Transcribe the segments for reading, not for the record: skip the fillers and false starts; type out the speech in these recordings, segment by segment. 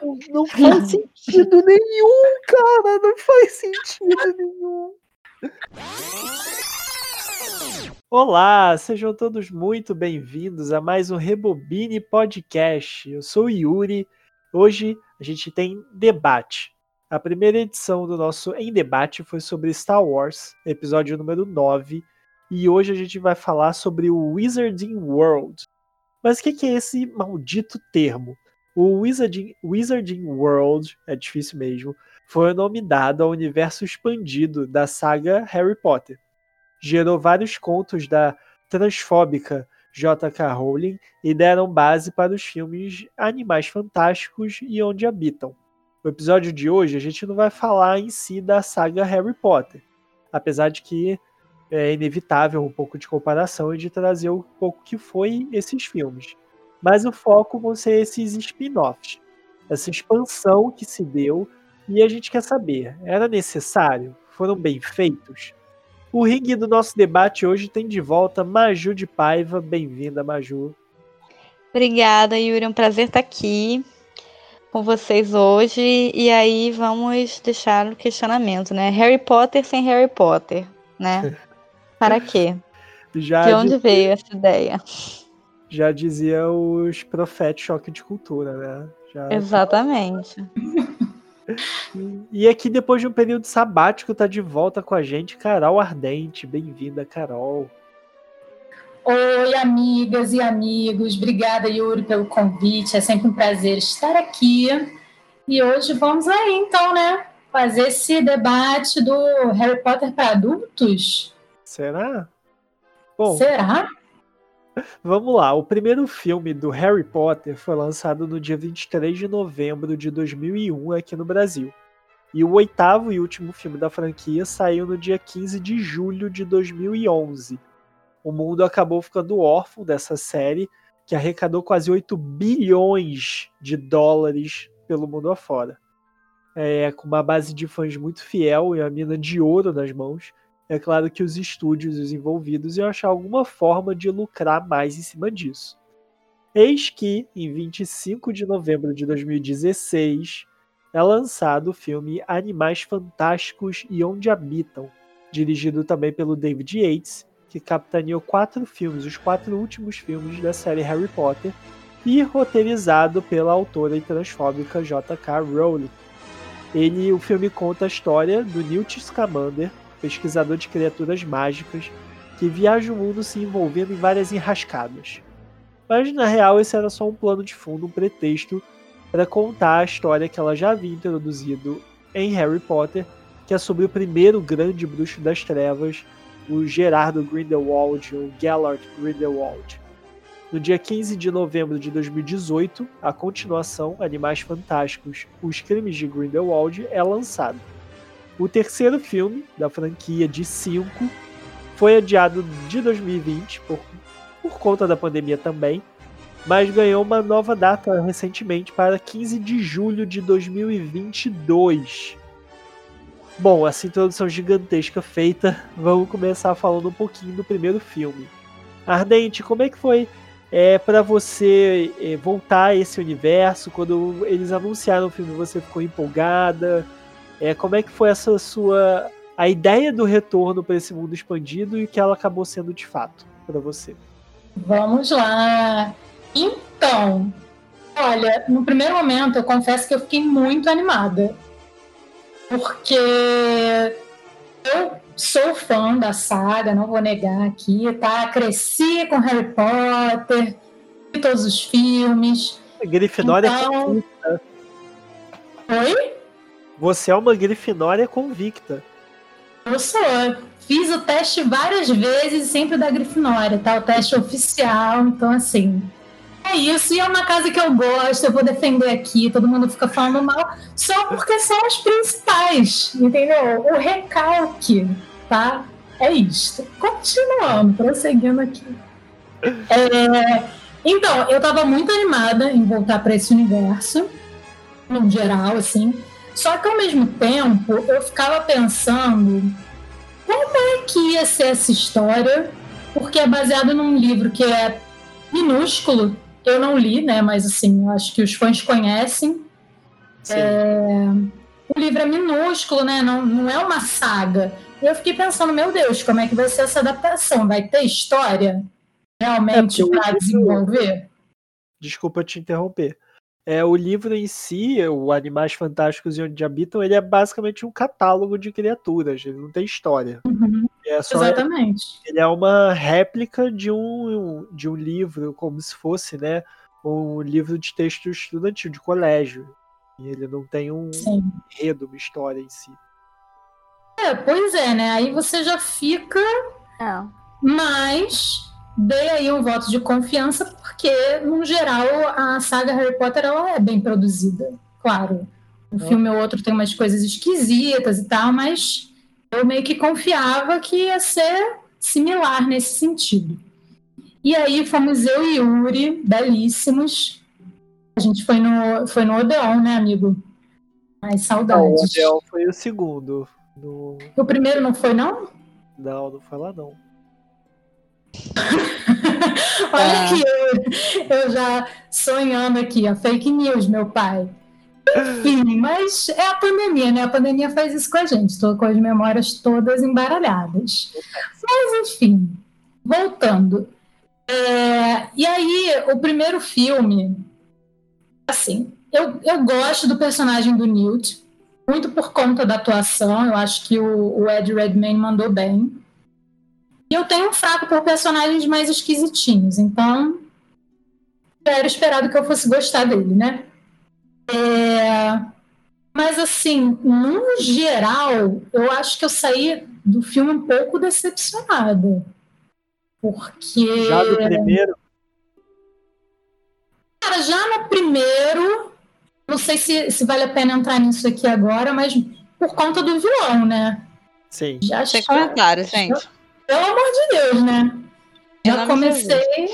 Não faz sentido nenhum, cara. Não faz sentido nenhum. Olá, sejam todos muito bem-vindos a mais um Rebobine Podcast. Eu sou o Yuri. Hoje a gente tem debate. A primeira edição do nosso Em Debate foi sobre Star Wars, episódio número 9. E hoje a gente vai falar sobre o Wizarding World. Mas o que é esse maldito termo? O Wizarding World, é difícil mesmo, foi o nome dado ao universo expandido da saga Harry Potter. Gerou vários contos da transfóbica J.K. Rowling e deram base para os filmes Animais Fantásticos e Onde Habitam. No episódio de hoje a gente não vai falar em si da saga Harry Potter, apesar de que é inevitável um pouco de comparação e de trazer um pouco que foi esses filmes. Mas o foco vão ser esses spin-offs, essa expansão que se deu, e a gente quer saber, era necessário? Foram bem feitos? O ringue do nosso debate hoje tem de volta Maju de Paiva. Bem-vinda, Maju. Obrigada, Yuri. É um prazer estar aqui com vocês hoje. E aí vamos deixar o questionamento, né? Harry Potter sem Harry Potter, né? Para quê? De onde veio essa ideia? Já dizia os profetas choque de cultura, né? Exatamente. E aqui, depois de um período sabático, tá de volta com a gente Carol Ardente. Bem-vinda, Carol. Oi, amigas e amigos. Obrigada, Yuri, pelo convite. É sempre um prazer estar aqui. E hoje vamos aí, então, né? Fazer esse debate do Harry Potter para adultos. Será? Bom, será? Vamos lá. O primeiro filme do Harry Potter foi lançado no dia 23 de novembro de 2001 aqui no Brasil. E o oitavo e último filme da franquia saiu no dia 15 de julho de 2011. O mundo acabou ficando órfão dessa série, que arrecadou quase 8 bilhões de dólares pelo mundo afora. Com uma base de fãs muito fiel e a mina de ouro nas mãos, é claro que os estúdios e os envolvidos iam achar alguma forma de lucrar mais em cima disso. Eis que, em 25 de novembro de 2016, é lançado o filme Animais Fantásticos e Onde Habitam, dirigido também pelo David Yates, que capitaneou 4 filmes, os 4 últimos filmes da série Harry Potter, e roteirizado pela autora e transfóbica J.K. Rowling. O filme conta a história do Newt Scamander, pesquisador de criaturas mágicas, que viaja o mundo se envolvendo em várias enrascadas. Mas, na real, esse era só um plano de fundo, um pretexto para contar a história que ela já havia introduzido em Harry Potter, que é sobre o primeiro grande bruxo das trevas, o Gerardo Grindelwald, ou Gellert Grindelwald. No dia 15 de novembro de 2018, a continuação, Animais Fantásticos, Os Crimes de Grindelwald, é lançado. O terceiro filme da franquia de 5 foi adiado de 2020 por conta da pandemia também, mas ganhou uma nova data recentemente para 15 de julho de 2022. Bom, essa introdução gigantesca feita, vamos começar falando um pouquinho do primeiro filme. Ardente, como é que foi para você voltar a esse universo? Quando eles anunciaram o filme, você ficou empolgada? Como é que foi a ideia do retorno para esse mundo expandido e o que ela acabou sendo de fato para você? Vamos lá. Então, olha, no primeiro momento eu confesso que eu fiquei muito animada, porque eu sou fã da saga, não vou negar aqui, tá? Cresci com Harry Potter, vi todos os filmes. Grifinória convicta. Oi? Você é uma Grifinória convicta. Eu sou. Fiz o teste várias vezes e sempre da Grifinória, tá? O teste oficial, então assim... É isso, e é uma casa que eu gosto, eu vou defender aqui, todo mundo fica falando mal, só porque são os principais, entendeu? O recalque, tá? É isto. Continuando, prosseguindo aqui. Então, eu tava muito animada em voltar para esse universo, no geral, assim, só que ao mesmo tempo eu ficava pensando como é que ia ser essa história, porque é baseado num livro que é minúsculo. Eu não li, né? Mas assim, eu acho que os fãs conhecem. O livro é minúsculo, né? Não é uma saga. E eu fiquei pensando, meu Deus, como é que vai ser essa adaptação? Vai ter história realmente para desenvolver? Desculpa te interromper. O livro em si, o Animais Fantásticos e Onde Habitam, ele é basicamente um catálogo de criaturas, ele não tem história. Exatamente. Ele é uma réplica de um livro, como se fosse, né, um livro de texto estudantil, de colégio. E ele não tem um enredo, uma história em si. Pois é, né? Aí você já fica... Mas dei aí um voto de confiança, porque, no geral, a saga Harry Potter ela é bem produzida. Claro, um filme ou outro tem umas coisas esquisitas e tal, mas eu meio que confiava que ia ser similar nesse sentido. E aí fomos eu e Yuri, belíssimos. A gente foi no Odeon, né, amigo? Ai, saudades. O Odeon foi o segundo. O primeiro não foi, não? Não foi lá, não. Olha aqui, eu já sonhando aqui, a fake news, meu pai. Enfim, mas é a pandemia, né? A pandemia faz isso com a gente. Estou com as memórias todas embaralhadas. Mas, enfim, voltando. E aí, o primeiro filme, assim, eu gosto do personagem do Newt, muito por conta da atuação. Eu acho que o Ed Redmayne mandou bem. E eu tenho um fraco por personagens mais esquisitinhos, então era esperado que eu fosse gostar dele, né? Mas, assim, no geral, eu acho que eu saí do filme um pouco decepcionada. Porque... Já do primeiro? Cara, já no primeiro, não sei se vale a pena entrar nisso aqui agora, mas por conta do vilão, né? Sim. Já sem comentários, gente. Pelo amor de Deus, né? Já comecei...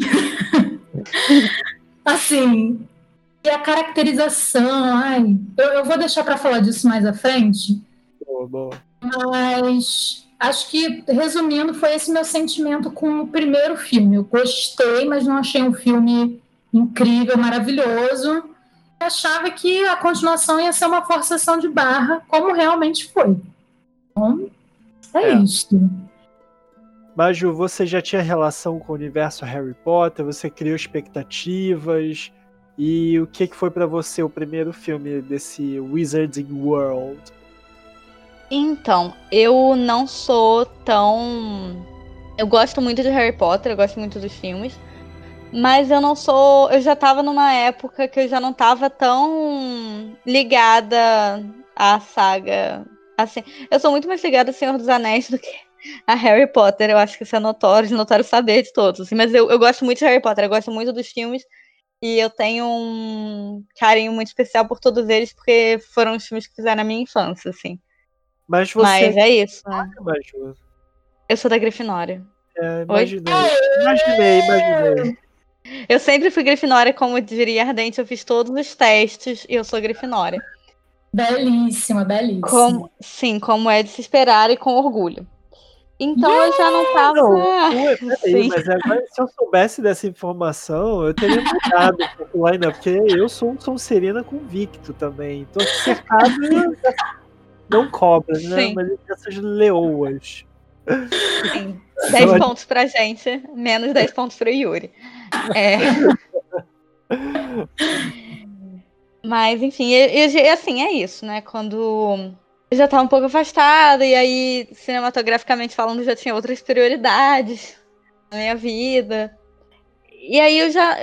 assim... E a caracterização, eu vou deixar para falar disso mais à frente. Boa. Mas acho que, resumindo, foi esse meu sentimento com o primeiro filme. Eu gostei, mas não achei um filme incrível, maravilhoso. Eu achava que a continuação ia ser uma forçação de barra, como realmente foi. Então, é isso. Maju, você já tinha relação com o universo Harry Potter? Você criou expectativas? E o que foi pra você o primeiro filme desse Wizarding World? Então, eu não sou tão... Eu gosto muito de Harry Potter, eu gosto muito dos filmes. Mas eu não sou... Eu já tava numa época que eu já não tava tão ligada à saga. Assim, eu sou muito mais ligada a Senhor dos Anéis do que a Harry Potter. Eu acho que isso é notório saber de todos. Assim, mas eu gosto muito de Harry Potter, eu gosto muito dos filmes. E eu tenho um carinho muito especial por todos eles, porque foram os filmes que fizeram a minha infância, assim. Mas é isso, né? Maju? Eu sou da Grifinória. Imaginei. Eu sempre fui Grifinória, como diria Ardente, eu fiz todos os testes e eu sou Grifinória. Belíssima. Como é de se esperar e com orgulho. Então eu já não tava... Mas agora, se eu soubesse dessa informação, eu teria mudado um pouco lá ainda, porque eu sou um Sonserina convicto também. Tô cercado, não cobras, né? Sim. Mas essas leoas. Sim. 10 pontos pra gente, menos 10 pontos pro Yuri. Mas, enfim, assim, é isso, né? Quando eu já tava um pouco afastada, e aí, cinematograficamente falando, já tinha outras prioridades na minha vida. E aí eu já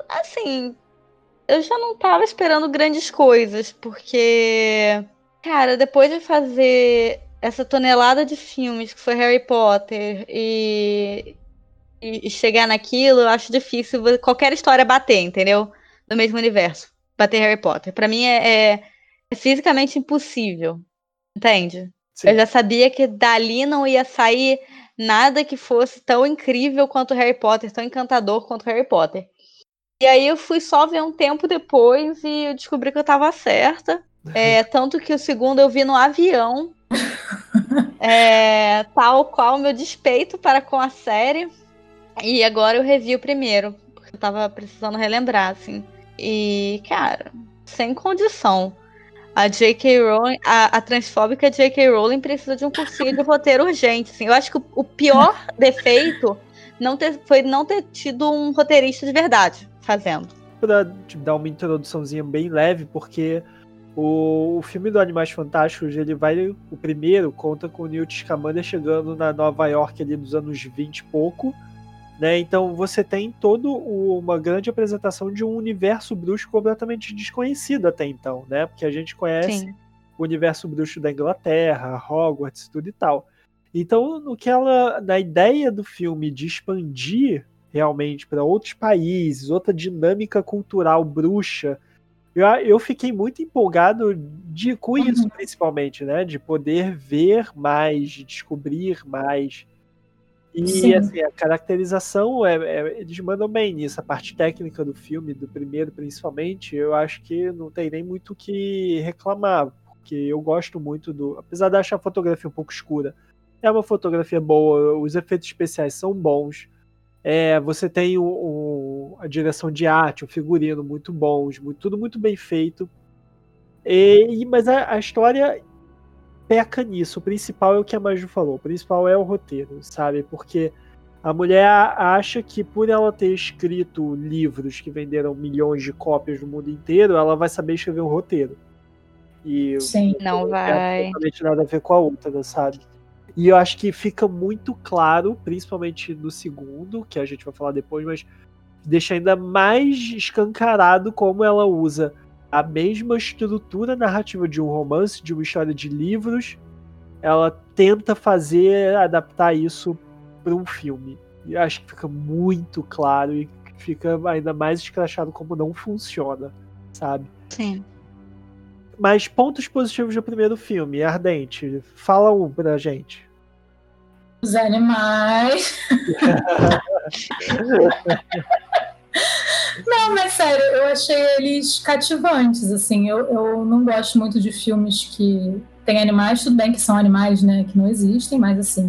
não tava esperando grandes coisas, porque, cara, depois de fazer essa tonelada de filmes que foi Harry Potter e chegar naquilo, eu acho difícil qualquer história bater, entendeu? No mesmo universo. Bater Harry Potter. Pra mim é fisicamente impossível. Entende? Sim. Eu já sabia que dali não ia sair nada que fosse tão incrível quanto Harry Potter, tão encantador quanto Harry Potter. E aí eu fui só ver um tempo depois e eu descobri que eu tava certa. Tanto que o segundo eu vi no avião. Tal qual o meu despeito para com a série. E agora eu revi o primeiro, porque eu tava precisando relembrar, assim. E, cara, sem condição. A J.K. Rowling, a transfóbica J.K. Rowling precisa de um cursinho de roteiro urgente. Assim. Eu acho que o pior defeito foi não ter tido um roteirista de verdade fazendo. Pra te dar uma introduçãozinha bem leve, porque o filme do Animais Fantásticos, o primeiro conta com o Newt Scamander chegando na Nova York ali dos anos 20 e pouco, né? Então você tem toda uma grande apresentação de um universo bruxo completamente desconhecido até então, né? Porque a gente conhece Sim. o universo bruxo da Inglaterra, Hogwarts, tudo e tal. Então, na ideia do filme de expandir realmente para outros países, outra dinâmica cultural bruxa, eu fiquei muito empolgado com isso, principalmente, né? De poder ver mais, de descobrir mais. E assim, a caracterização, eles mandam bem nisso. A parte técnica do filme, do primeiro principalmente, eu acho que não tem nem muito o que reclamar, porque eu gosto muito apesar de achar a fotografia um pouco escura, é uma fotografia boa, os efeitos especiais são bons. Você tem a direção de arte, o figurino muito bons, tudo muito bem feito. Mas a história peca nisso. O principal é o que a Maju falou. O principal é o roteiro, sabe? Porque a mulher acha que por ela ter escrito livros que venderam milhões de cópias no mundo inteiro, ela vai saber escrever um roteiro. E não vai. Não tem absolutamente nada a ver com a outra, sabe? E eu acho que fica muito claro, principalmente no segundo, que a gente vai falar depois, mas deixa ainda mais escancarado como ela usa a mesma estrutura narrativa de um romance, de uma história de livros, ela tenta adaptar isso para um filme. E acho que fica muito claro e fica ainda mais escrachado como não funciona, sabe? Sim. Mas pontos positivos do primeiro filme, Ardente, fala um pra gente. Os animais. Não, mas sério, eu achei eles cativantes, assim. Eu não gosto muito de filmes que tem animais, tudo bem que são animais, né, que não existem, mas assim,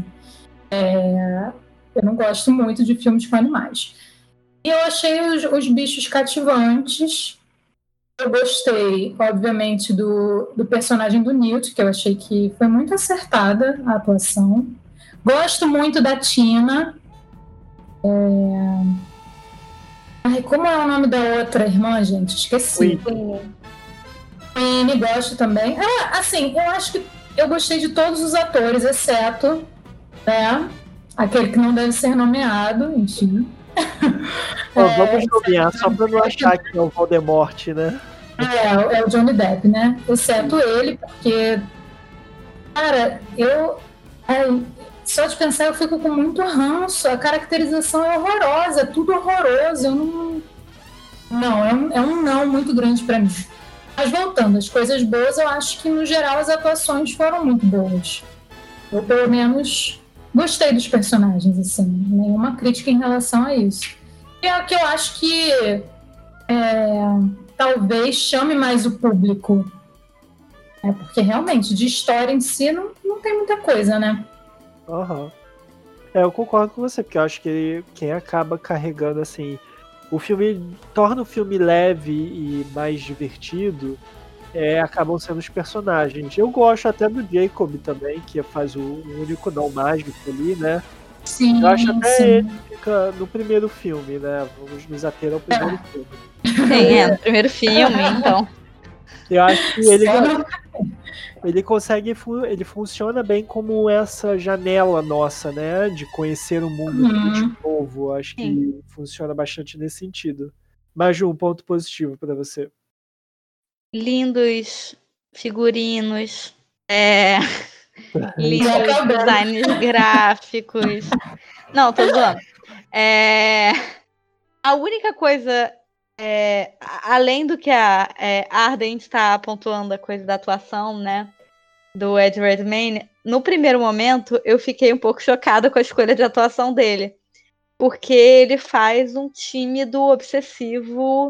eu não gosto muito de filmes com animais. E eu achei os bichos cativantes. Eu gostei, obviamente, do personagem do Newt, que eu achei que foi muito acertada a atuação. Gosto muito da Tina. Ai, como é o nome da outra irmã, gente? Esqueci. Queenie, gosto também. Assim, eu acho que eu gostei de todos os atores, exceto, né, aquele que não deve ser nomeado, enfim. Vamos nomear, só pra não achar que é o Voldemort, né? É o Johnny Depp, né? Exceto ele, porque, cara, só de pensar eu fico com muito ranço. A caracterização é horrorosa, é tudo horroroso. É um não muito grande pra mim. Mas voltando, as coisas boas, eu acho que no geral as atuações foram muito boas. Eu pelo menos gostei dos personagens, assim, nenhuma crítica em relação a isso. E é o que eu acho que talvez chame mais o público. Porque realmente, de história em si, não tem muita coisa, né? Uhum. Eu concordo com você, porque eu acho que quem acaba carregando, assim, o filme torna o filme leve e mais divertido, acabam sendo os personagens. Eu gosto até do Jacob também, que faz o único não mágico ali, né? Sim, eu acho até sim. ele fica no primeiro filme, né? Vamos nos ater ao primeiro filme. Sim, no primeiro filme, então. Eu acho que ele consegue, ele funciona bem como essa janela nossa, né? De conhecer o mundo de novo. Acho que funciona bastante nesse sentido. Maju, um ponto positivo para você. Lindos figurinos, lindos designs gráficos. Não, tô zoando. A única coisa, além do que a Ardent está pontuando, a coisa da atuação, né, do Ed Redmayne, no primeiro momento eu fiquei um pouco chocada com a escolha de atuação dele, porque ele faz um tímido obsessivo,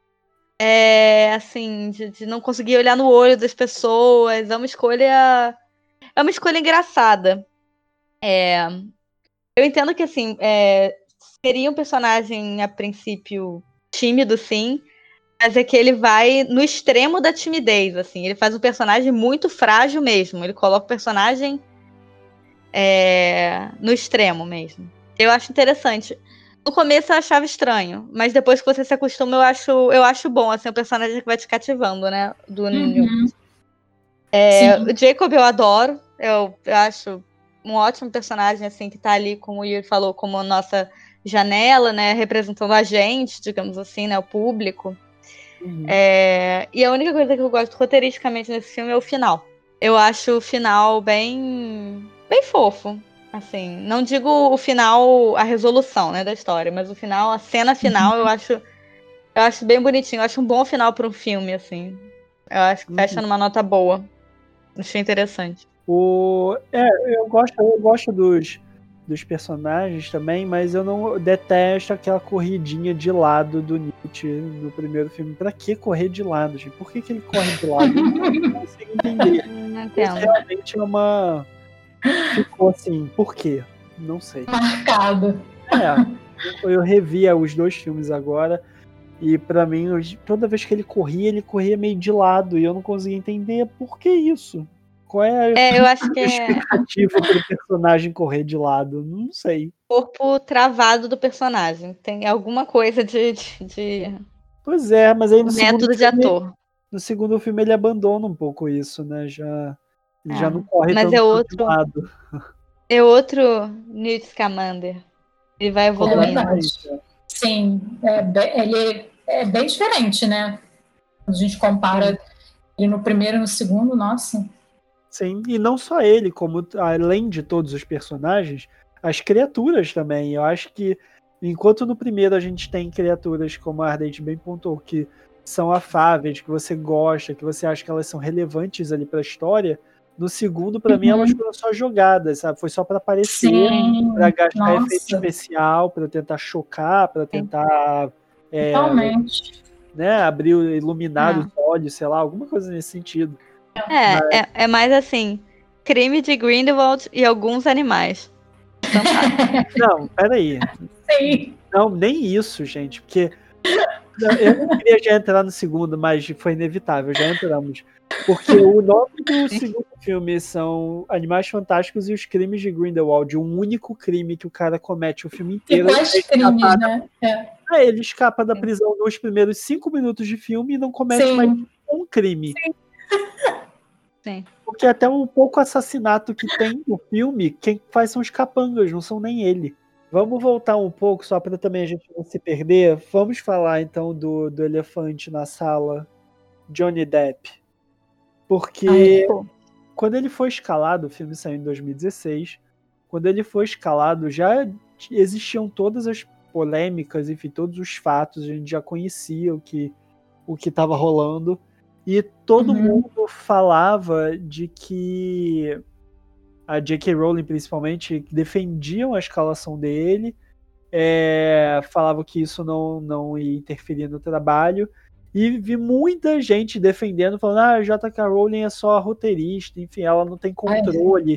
assim, de não conseguir olhar no olho das pessoas. É uma escolha engraçada. Eu entendo que, assim, seria um personagem, a princípio, tímido, sim, Mas é que ele vai no extremo da timidez, assim. Ele faz um personagem muito frágil mesmo. Ele coloca o personagem no extremo mesmo. Eu acho interessante. No começo eu achava estranho, mas depois que você se acostuma, eu acho bom, assim, o personagem que vai te cativando, né? Do Newt. O Jacob eu adoro. Eu acho um ótimo personagem, assim, que tá ali, como o Yuri falou, como nossa janela, né? Representando a gente, digamos assim, né? O público. E a única coisa que eu gosto roteiristicamente nesse filme é o final. Eu acho o final bem fofo. Assim, não digo o final, a resolução, né, da história, mas o final, a cena final, eu acho bem bonitinho. Eu acho um bom final para um filme, assim. Eu acho que fecha numa nota boa. Achei interessante. Eu gosto dos personagens também, mas eu detesto aquela corridinha de lado do Newt no primeiro filme. Pra que correr de lado, gente? Por que ele corre de lado? Eu não consigo entender. Não entendo. Realmente ficou assim, por quê? Não sei. Marcado. Eu revia os dois filmes agora e pra mim, toda vez que ele corria meio de lado e eu não conseguia entender por que isso. Qual é eu acho que a expectativa para o personagem correr de lado? Não sei. Corpo travado do personagem. Tem alguma coisa de... Pois é, mas aí método de ator. No segundo filme ele abandona um pouco isso, né? Ele já não corre mas tanto de lado. É outro Newt Scamander. Ele vai evoluindo. Sim, ele é bem diferente, né? Quando a gente compara ele no primeiro e no segundo, nossa. Sim, e não só ele, como além de todos os personagens, as criaturas também. Eu acho que, enquanto no primeiro a gente tem criaturas, como a Ardente bem pontuou, que são afáveis, que você gosta, que você acha que elas são relevantes ali para a história, no segundo, para mim, elas foram só jogadas, sabe? Foi só para aparecer, para gastar efeito especial, para tentar chocar, para tentar iluminar os olhos, sei lá, alguma coisa nesse sentido. É mais assim, crime de Grindelwald e alguns animais. Não, peraí. Sim. Não, nem isso, gente, porque eu não queria já entrar no segundo, mas foi inevitável, já entramos. Porque o nome do segundo filme são Animais Fantásticos e os Crimes de Grindelwald, um único crime que o cara comete o filme inteiro. Crimes, né? Ele escapa da prisão nos primeiros 5 minutos de filme e não comete mais um crime. Sim. Porque até um pouco assassinato que tem no filme, quem faz são os capangas, não são nem ele. Vamos voltar um pouco, só para também a gente não se perder. Vamos falar então do elefante na sala, Johnny Depp. Porque quando ele foi escalado, o filme saiu em 2016, quando ele foi escalado já existiam todas as polêmicas, enfim, todos os fatos, a gente já conhecia o que estava rolando. E todo mundo falava de que a J.K. Rowling, principalmente, defendiam a escalação dele, falavam que isso não ia interferir no trabalho, e vi muita gente defendendo, falando a J.K. Rowling é só a roteirista, enfim, ela não tem controle,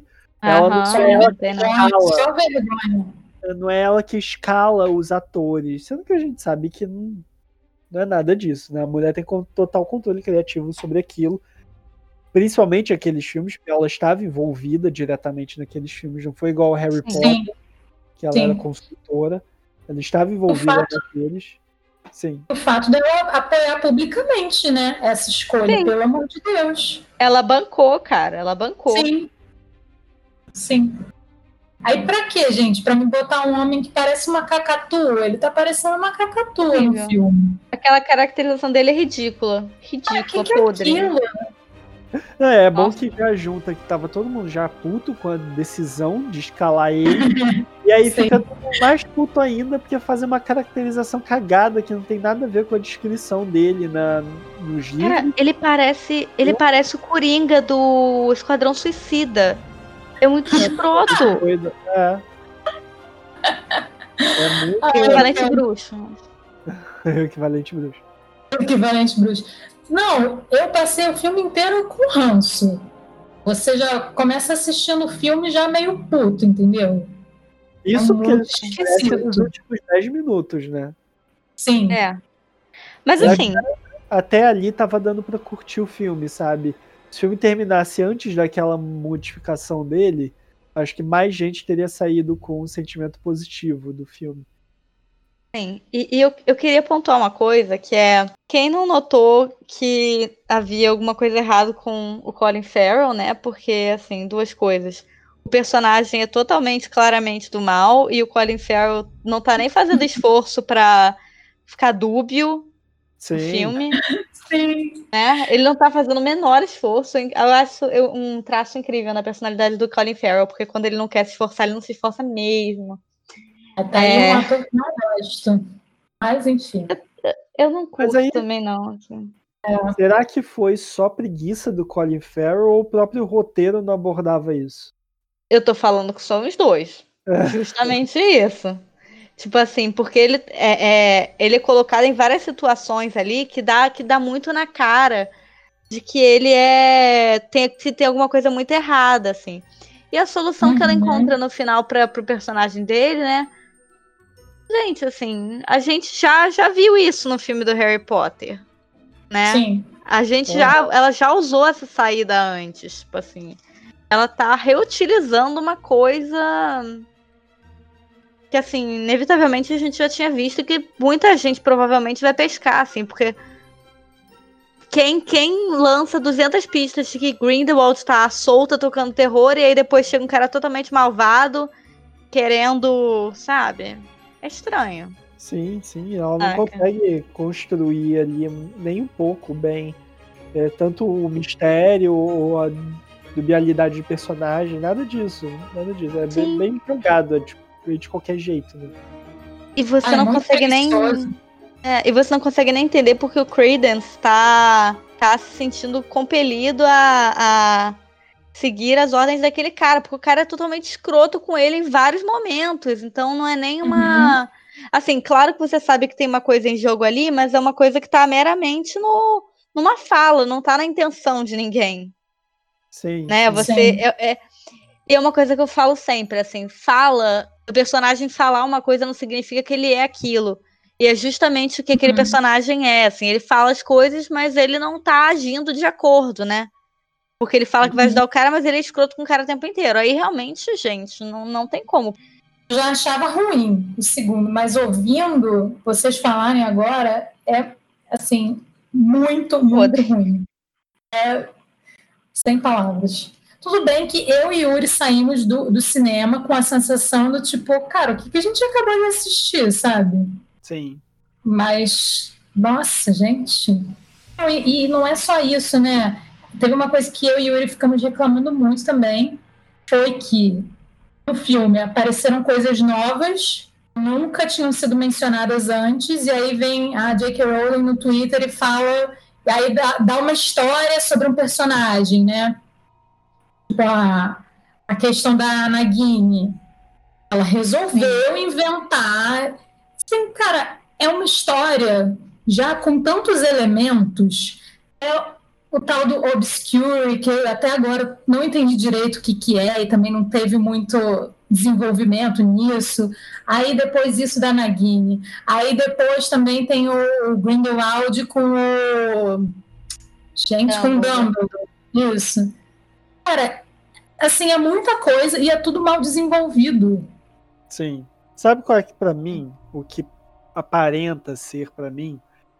não é ela que escala os atores, sendo que a gente sabe que não é nada disso, né? A mulher tem total controle criativo sobre aquilo, principalmente aqueles filmes, porque ela estava envolvida diretamente naqueles filmes, não foi igual ao Harry Potter, que ela era consultora, ela estava envolvida naqueles. Sim. O fato dela apoiar publicamente, né, essa escolha, pelo amor de Deus. Ela bancou, cara, ela bancou. Sim. Aí pra quê, gente? Pra me botar um homem que parece uma cacatua? Ele tá parecendo uma cacatua no filme. Aquela caracterização dele é ridícula. Ridícula, podre. É bom que já junta que tava todo mundo já puto com a decisão de escalar ele. E aí fica mais puto ainda porque fazem uma caracterização cagada que não tem nada a ver com a descrição dele nos livros. Cara, ele parece o Coringa do Esquadrão Suicida. É muito escroto. É muito equivalente bruxo. Equivalente bruxo. Não, eu passei o filme inteiro com ranço. Você já começa assistindo o filme já meio puto, entendeu? Isso porque ele nos últimos 10 minutos, né? Sim. Mas assim, até ali tava dando pra curtir o filme, sabe? Se o filme terminasse antes daquela modificação dele, acho que mais gente teria saído com um sentimento positivo do filme. Sim, e eu queria pontuar uma coisa, que é, quem não notou que havia alguma coisa errada com o Colin Farrell, né? Porque, assim, duas coisas. O personagem é totalmente, claramente do mal, e o Colin Farrell não tá nem fazendo esforço pra ficar dúbio no Sim, filme, Sim. né? Ele não tá fazendo o menor esforço. Eu acho um traço incrível na personalidade do Colin Farrell, porque quando ele não quer se esforçar, ele não se esforça mesmo. Até aí um ator que não gosto. Mas, enfim. Eu não Mas curto aí- também, não. Assim. será que foi só preguiça do Colin Farrell ou o próprio roteiro não abordava isso? Eu tô falando que são os dois. É. Justamente isso. Tipo assim, porque ele é colocado em várias situações ali que dá muito na cara de que ele tem alguma coisa muito errada, assim. E a solução que ela encontra no final pro personagem dele, né? Gente, assim, a gente já viu isso no filme do Harry Potter, né? Sim. Ela já usou essa saída antes, tipo assim. Ela tá reutilizando uma coisa que, assim, inevitavelmente a gente já tinha visto que muita gente provavelmente vai pescar, assim, porque quem lança 200 pistas de que Grindelwald tá solta tocando terror e aí depois chega um cara totalmente malvado querendo, sabe? É estranho. Sim, ela não Saca? consegue construir ali nem um pouco bem tanto o mistério ou a dubialidade de personagem, nada disso. É Sim. bem jogado, de qualquer jeito, né? E você É não muito consegue nem. preguiçoso. E você não consegue nem entender porque o Credence tá se sentindo compelido a seguir as ordens daquele cara, porque o cara é totalmente escroto com ele em vários momentos. Então não é nem uma. Assim, claro que você sabe que tem uma coisa em jogo ali, mas é uma coisa que tá meramente numa fala, não tá na intenção de ninguém. Sim, Né? Sim. E é uma coisa que eu falo sempre, assim, o personagem falar uma coisa não significa que ele é aquilo. E é justamente o que aquele personagem é, assim, ele fala as coisas, mas ele não tá agindo de acordo, né? Porque ele fala que vai ajudar o cara, mas ele é escroto com o cara o tempo inteiro. Aí realmente, gente, não tem como. Eu já achava ruim o segundo, mas ouvindo vocês falarem agora, é, assim, muito Podre. ruim. Sem palavras. Tudo bem que eu e Yuri saímos do cinema com a sensação do tipo, cara, o que a gente acabou de assistir, sabe? sim. Mas, nossa, gente. E não é só isso, né? Teve uma coisa que eu e Yuri ficamos reclamando muito também, foi que no filme apareceram coisas novas, nunca tinham sido mencionadas antes, e aí vem a J.K. Rowling no Twitter e fala, e aí dá uma história sobre um personagem, né? Tipo, a questão da Nagini. Ela resolveu inventar. Assim, cara, é uma história já com tantos elementos. É o tal do Obscure, que eu até agora não entendi direito o que é, e também não teve muito desenvolvimento nisso. Aí depois isso da Nagini. Aí depois também tem o Grindelwald com o. Gente, com o Dumbledore. Isso. Cara, assim, é muita coisa e é tudo mal desenvolvido. Sim. Sabe qual é que pra mim, o que aparenta ser pra mim,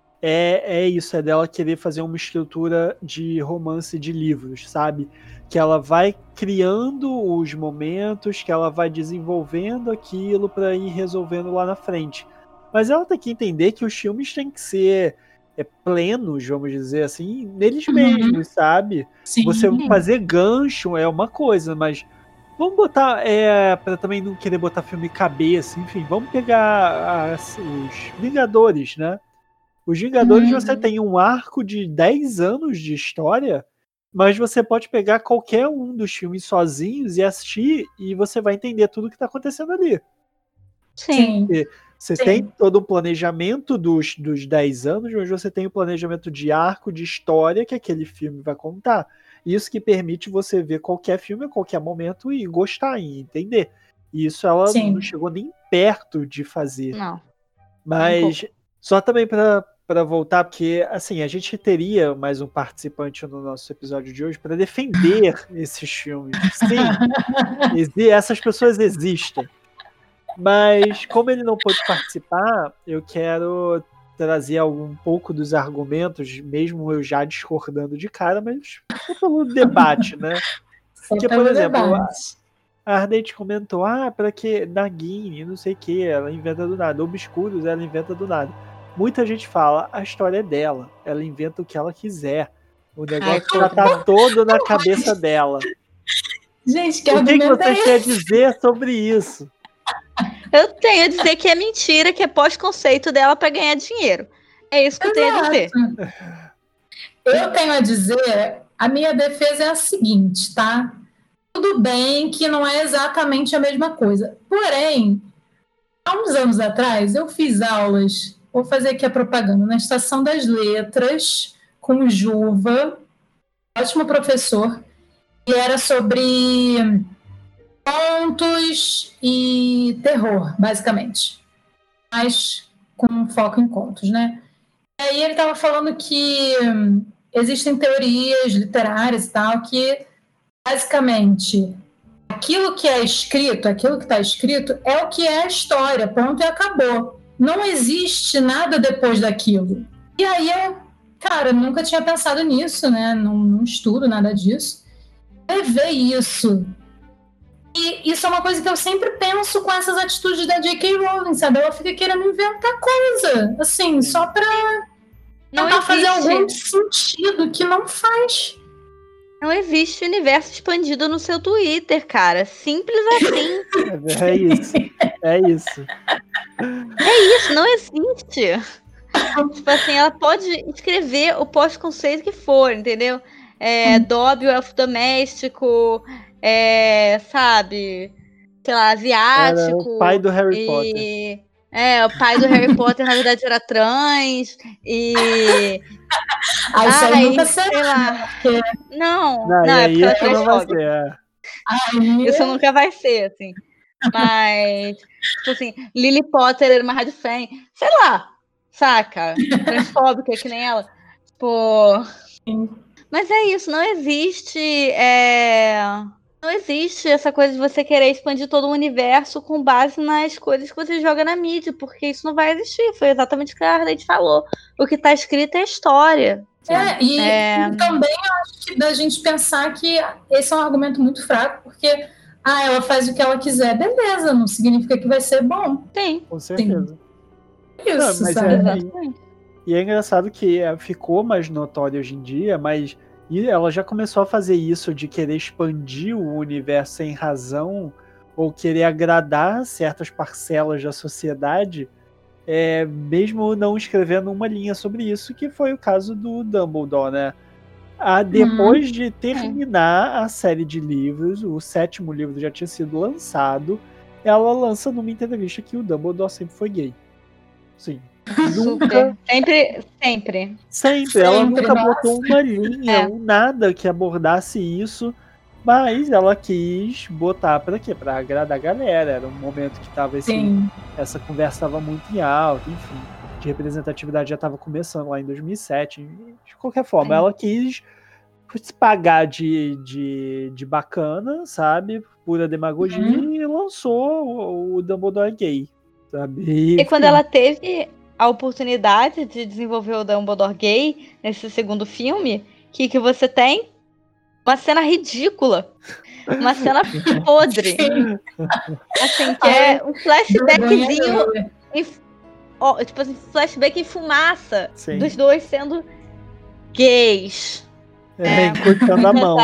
é isso, é dela querer fazer uma estrutura de romance de livros, sabe? Que ela vai criando os momentos, que ela vai desenvolvendo aquilo pra ir resolvendo lá na frente. Mas ela tem que entender que os filmes têm que ser plenos, vamos dizer assim, neles mesmos, sabe? Sim. Você fazer gancho é uma coisa, mas vamos botar, pra também não querer botar filme cabeça, enfim, vamos pegar os Vingadores, né? Os Vingadores você tem um arco de 10 anos de história, mas você pode pegar qualquer um dos filmes sozinhos e assistir e você vai entender tudo que tá acontecendo ali. Sim. Você tem todo o planejamento dos 10 anos, mas você tem o planejamento de arco, de história que aquele filme vai contar. Isso que permite você ver qualquer filme a qualquer momento e gostar e entender. E isso ela não chegou nem perto de fazer. Não. Mas só também para para voltar, porque assim, a gente teria mais um participante no nosso episódio de hoje para defender esses filmes. Sim, essas pessoas existem. Mas como ele não pôde participar, eu quero trazer um pouco dos argumentos, mesmo eu já discordando de cara, mas pelo debate, né? Porque, por exemplo, a Ardente comentou, para que Nagini, não sei o que, ela inventa do nada. Obscuros, ela inventa do nada. Muita gente fala, a história é dela, ela inventa o que ela quiser. O negócio já tá todo na cabeça dela. Gente, que o que argumento você quer dizer sobre isso? Eu tenho a dizer que é mentira, que é pós-conceito dela para ganhar dinheiro. É isso que eu tenho a dizer. Eu tenho a dizer, a minha defesa é a seguinte, tá? Tudo bem que não é exatamente a mesma coisa. Porém, há uns anos atrás, eu fiz aulas, vou fazer aqui a propaganda, na Estação das Letras, com o Juva, ótimo professor, e era sobre contos e terror, basicamente. Mas com foco em contos, né? E aí ele estava falando que existem teorias literárias e tal, que basicamente aquilo que é escrito, aquilo que está escrito é o que é a história, ponto e acabou. Não existe nada depois daquilo. E aí eu, cara, nunca tinha pensado nisso, né? Não estudo nada disso. Levei isso. E isso é uma coisa que eu sempre penso com essas atitudes da J.K. Rowling, sabe? Ela fica querendo inventar coisa, assim, só pra tentar fazer algum sentido que não faz. Não existe universo expandido no seu Twitter, cara. Simples assim. É isso. É isso, não existe. Tipo assim, ela pode escrever o pós-conceito que for, entendeu? Dobby, o elfo doméstico, sabe? Sei lá, asiático. Era o pai do Harry Potter. O pai do Harry Potter, na verdade, era trans. E... isso aí nunca sei lá. Não, aí é porque ela não vai ser. Isso nunca vai ser, assim. Mas, tipo assim, Lily Potter era uma rádio fan. Sei lá, saca? Transfóbica, que nem ela. Tipo... Mas é isso, não existe... Não existe essa coisa de você querer expandir todo o universo com base nas coisas que você joga na mídia, porque isso não vai existir. Foi exatamente o que a Ardente falou. O que está escrito é história. E também eu acho que da gente pensar que esse é um argumento muito fraco, porque ela faz o que ela quiser. Beleza, não significa que vai ser bom. Sim. Com certeza. Sim. Isso, mas sabe? E é engraçado que ficou mais notório hoje em dia, mas ela já começou a fazer isso de querer expandir o universo sem razão ou querer agradar certas parcelas da sociedade, mesmo não escrevendo uma linha sobre isso, que foi o caso do Dumbledore, né? Depois de terminar a série de livros, o 7º livro já tinha sido lançado, ela lança numa entrevista que o Dumbledore sempre foi gay. Sim. Nunca. Sempre. Ela nunca botou uma linha, nada que abordasse isso, mas ela quis botar pra quê? Pra agradar a galera. Era um momento que tava essa conversa estava muito em alta, enfim. De representatividade já estava começando lá em 2007. De qualquer forma, ela quis se pagar de bacana, sabe? Pura demagogia, e lançou o Dumbledore gay, sabe? E quando ela teve a oportunidade de desenvolver o Dumbledore gay nesse segundo filme, que você tem? Uma cena ridícula. Uma cena podre. Assim, que é um flashbackzinho. Tipo assim, flashback em fumaça. Sim. Dos dois sendo gays. Cortando a mão.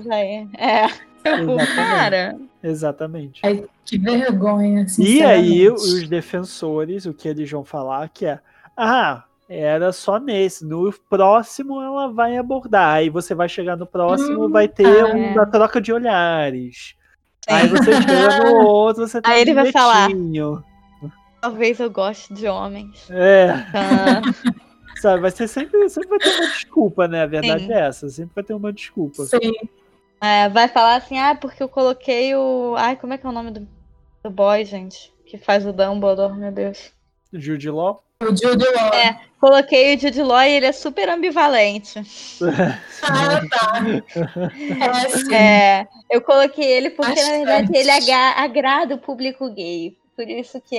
Cara. Exatamente. Que vergonha. E aí, os defensores, o que eles vão falar que era só nesse. No próximo ela vai abordar. Aí você vai chegar no próximo, vai ter uma troca de olhares. Sim. Aí você chega no outro, você tem aí ele vai falar: talvez eu goste de homens. Sabe, vai ser sempre vai ter uma desculpa, né? A verdade é essa. Sempre vai ter uma desculpa. Sim. Vai falar assim, porque eu coloquei o... como é que é o nome do boy, gente? Que faz o Dumbledore, meu Deus. Jude Law? O Jude Law. coloquei o Jude Law e ele é super ambivalente. Tá. Sim. Eu coloquei ele porque, Bastante. na verdade, ele agrada o público gay. Por isso que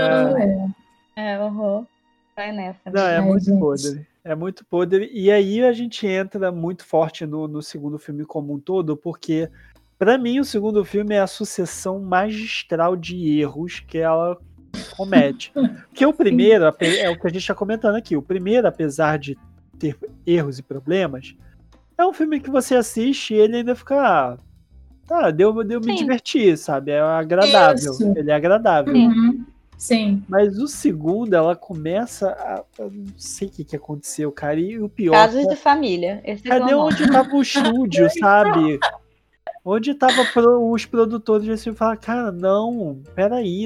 vai nessa. Não, é Ai, muito gente. podre. É muito podre. E aí a gente entra muito forte no segundo filme como um todo, porque, pra mim, o segundo filme é a sucessão magistral de erros que ela comete. Porque o primeiro, é o que a gente está comentando aqui, o primeiro, apesar de ter erros e problemas, é um filme que você assiste e ele ainda fica... Tá, deu me divertir, sabe? É agradável. Isso. Ele é agradável. Uhum. Sim. Mas o segundo, ela começa a... Eu não sei o que aconteceu, cara. E o pior... Casos de família. Esse é Cadê o nome. onde tava o estúdio, sabe? Onde tava os produtores desse filme? Falaram, cara, não, peraí,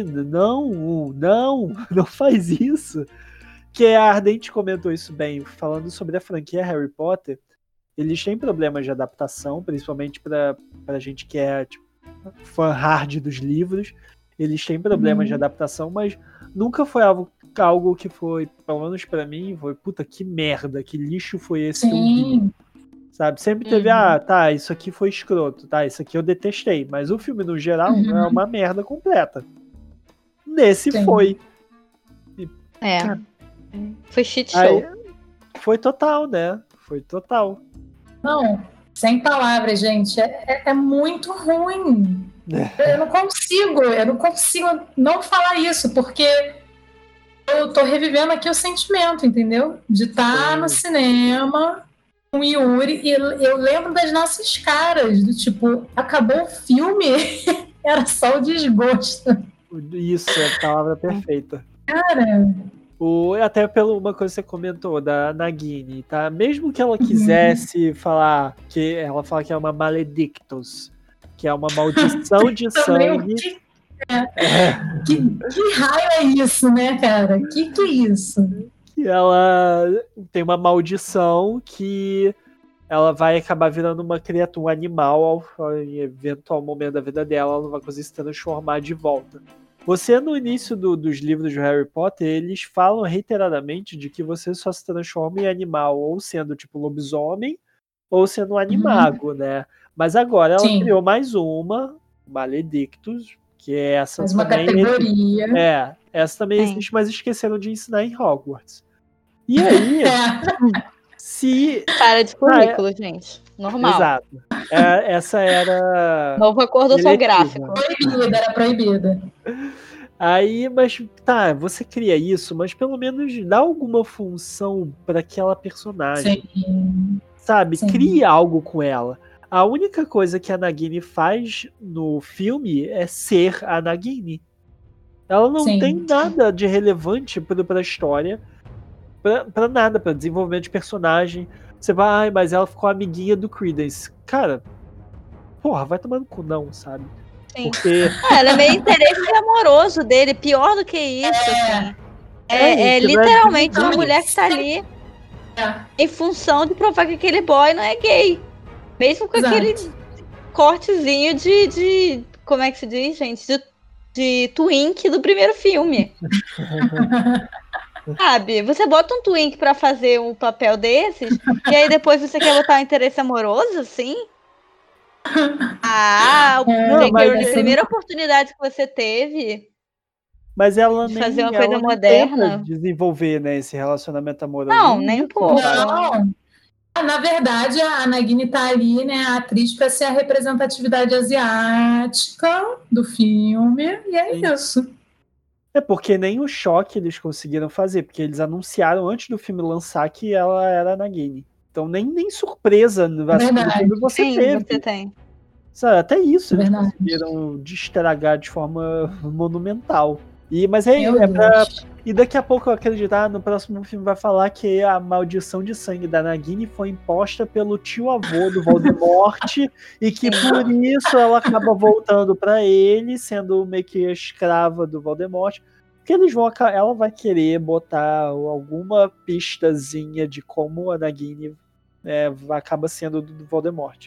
não faz isso. Que a Ardente comentou isso bem, falando sobre a franquia Harry Potter. Eles têm problemas de adaptação, principalmente pra gente que é tipo, fã hard dos livros. Eles têm problemas de adaptação, mas nunca foi algo que foi, pelo menos pra mim, foi, puta, que merda, que lixo foi esse que eu vi. Sabe? Sempre teve, tá, isso aqui foi escroto, tá, isso aqui eu detestei. Mas o filme, no geral, é uma merda completa. Nesse foi. Foi shit show. Aí, foi total, né? Foi total. Não, sem palavras, gente. É muito ruim. Eu não consigo não falar isso, porque eu tô revivendo aqui o sentimento, entendeu? De estar no cinema com o Yuri, e eu lembro das nossas caras, do tipo, acabou o filme, era só o desgosto. Isso, é a palavra perfeita. Cara... Até pela uma coisa que você comentou, da Nagini, tá? Mesmo que ela quisesse falar, que ela fala que é uma maledictus, que é uma maldição de sangue. Que raio é isso, né, cara? Que é isso? Que ela tem uma maldição que ela vai acabar virando uma criatura, um animal, em eventual momento da vida dela, ela não vai conseguir se transformar de volta. Você, no início dos livros de Harry Potter, eles falam reiteradamente de que você só se transforma em animal, ou sendo tipo lobisomem, ou sendo um animago, né? Mas agora ela criou mais uma, Maledictus, que é essa mais uma também... categoria. Essa também existe, mas esqueceram de ensinar em Hogwarts. E aí... Para de currículo, gente. Normal. Exato. Essa era... Novo acordo ortográfico. Era proibida. Aí, mas tá, você cria isso, mas pelo menos dá alguma função para aquela personagem. Sim. Sabe? Sim. Cria algo com ela. A única coisa que a Nagini faz no filme é ser a Nagini. Ela não tem nada de relevante pra história, pra nada, pra desenvolvimento de personagem. Você vai, mas ela ficou amiguinha do Credence. Cara, porra, vai tomando cu não, sabe? Sim. Porque... ela é meio interesse amoroso dele, pior do que isso. Assim. É literalmente uma mulher que tá ali em função de provar que aquele boy não é gay. Mesmo com aquele cortezinho de... Como é que se diz, gente? De twink do primeiro filme. Sabe? Você bota um twink pra fazer um papel desses, e aí depois você quer botar um interesse amoroso, assim? A primeira oportunidade que você teve... Mas ela de nem fazer uma coisa moderna, desenvolver, né, esse relacionamento amoroso. Não, nem um pouco. Não. Na verdade, a Nagini tá ali, né, a atriz, para ser a representatividade asiática do filme, e é isso. É porque nem o choque eles conseguiram fazer, porque eles anunciaram antes do filme lançar que ela era a Nagini. Então nem surpresa no filme você teve. Você tem. Sabe, até isso eles conseguiram destragar de forma monumental. Mas e daqui a pouco eu acredito, no próximo filme vai falar que a maldição de sangue da Nagini foi imposta pelo tio-avô do Voldemort e que por isso ela acaba voltando pra ele, sendo meio que escrava do Voldemort. Porque ela vai querer botar alguma pistazinha de como a Nagini acaba sendo do Voldemort.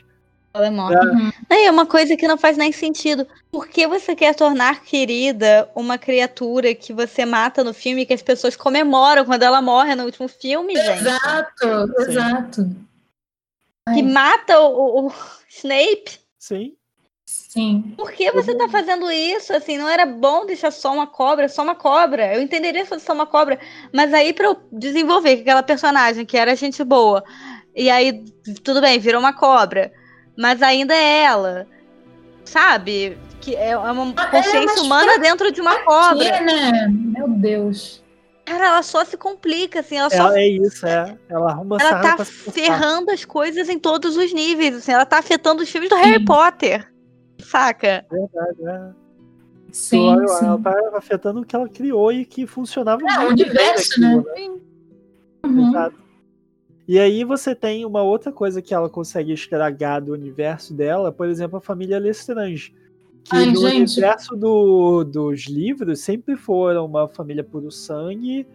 Alemão. É uma coisa que não faz nem sentido. Por que você quer tornar querida uma criatura que você mata no filme e que as pessoas comemoram quando ela morre no último filme, gente? Exato. Que mata o Snape? Sim. Por que você tá fazendo isso? Assim, não era bom deixar só uma cobra? Eu entenderia se fosse só uma cobra, mas aí pra eu desenvolver aquela personagem que era gente boa, e aí, tudo bem, virou uma cobra, mas ainda é ela, sabe? Que é uma consciência humana dentro de uma cobra. Né? Meu Deus. Cara, ela só se complica, assim, ela arruma ela tá ferrando as coisas em todos os níveis, assim, ela tá afetando os filmes do Harry Potter. Saca? Verdade, né? Sim. Ela tá afetando o que ela criou e que funcionava muito o universo, bem né? Exato. E aí você tem uma outra coisa que ela consegue estragar do universo dela, por exemplo, a família Lestrange. Que universo dos livros sempre foram uma família puro sangue,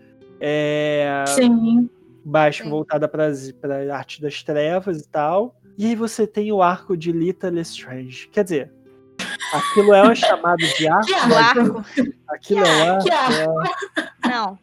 mais voltada para a arte das trevas e tal. E aí você tem o arco de Lita Lestrange. Quer dizer, aquilo é um chamado de arco? Aquilo é um arco? Não.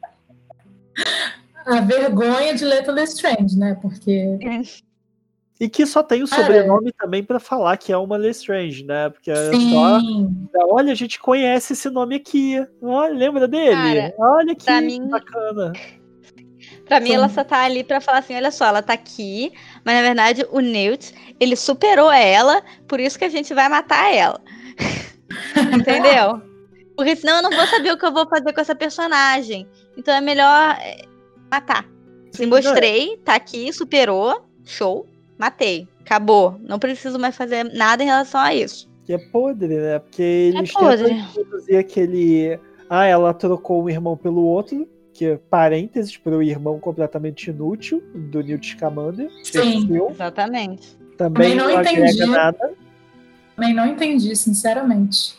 A vergonha de Lita Lestrange, né? Porque... E que só tem o sobrenome também para falar que é uma Lestrange, né? Porque é só... Olha, a gente conhece esse nome aqui. Olha, lembra dele? Cara, olha que bacana. Pra mim, ela só tá ali pra falar assim, olha só, ela tá aqui, mas na verdade o Newt, ele superou ela, por isso que a gente vai matar ela. Entendeu? Porque senão eu não vou saber o que eu vou fazer com essa personagem. Então é melhor matar. Se mostrei, tá aqui, superou, show, matei, acabou. Não preciso mais fazer nada em relação a isso. Que é podre, né? Porque eles tentam introduzir aquele... ela trocou um irmão pelo outro, que é parênteses para o irmão completamente inútil do Newt Scamander. Sim, exatamente. Também não agrega nada. Também não entendi, sinceramente.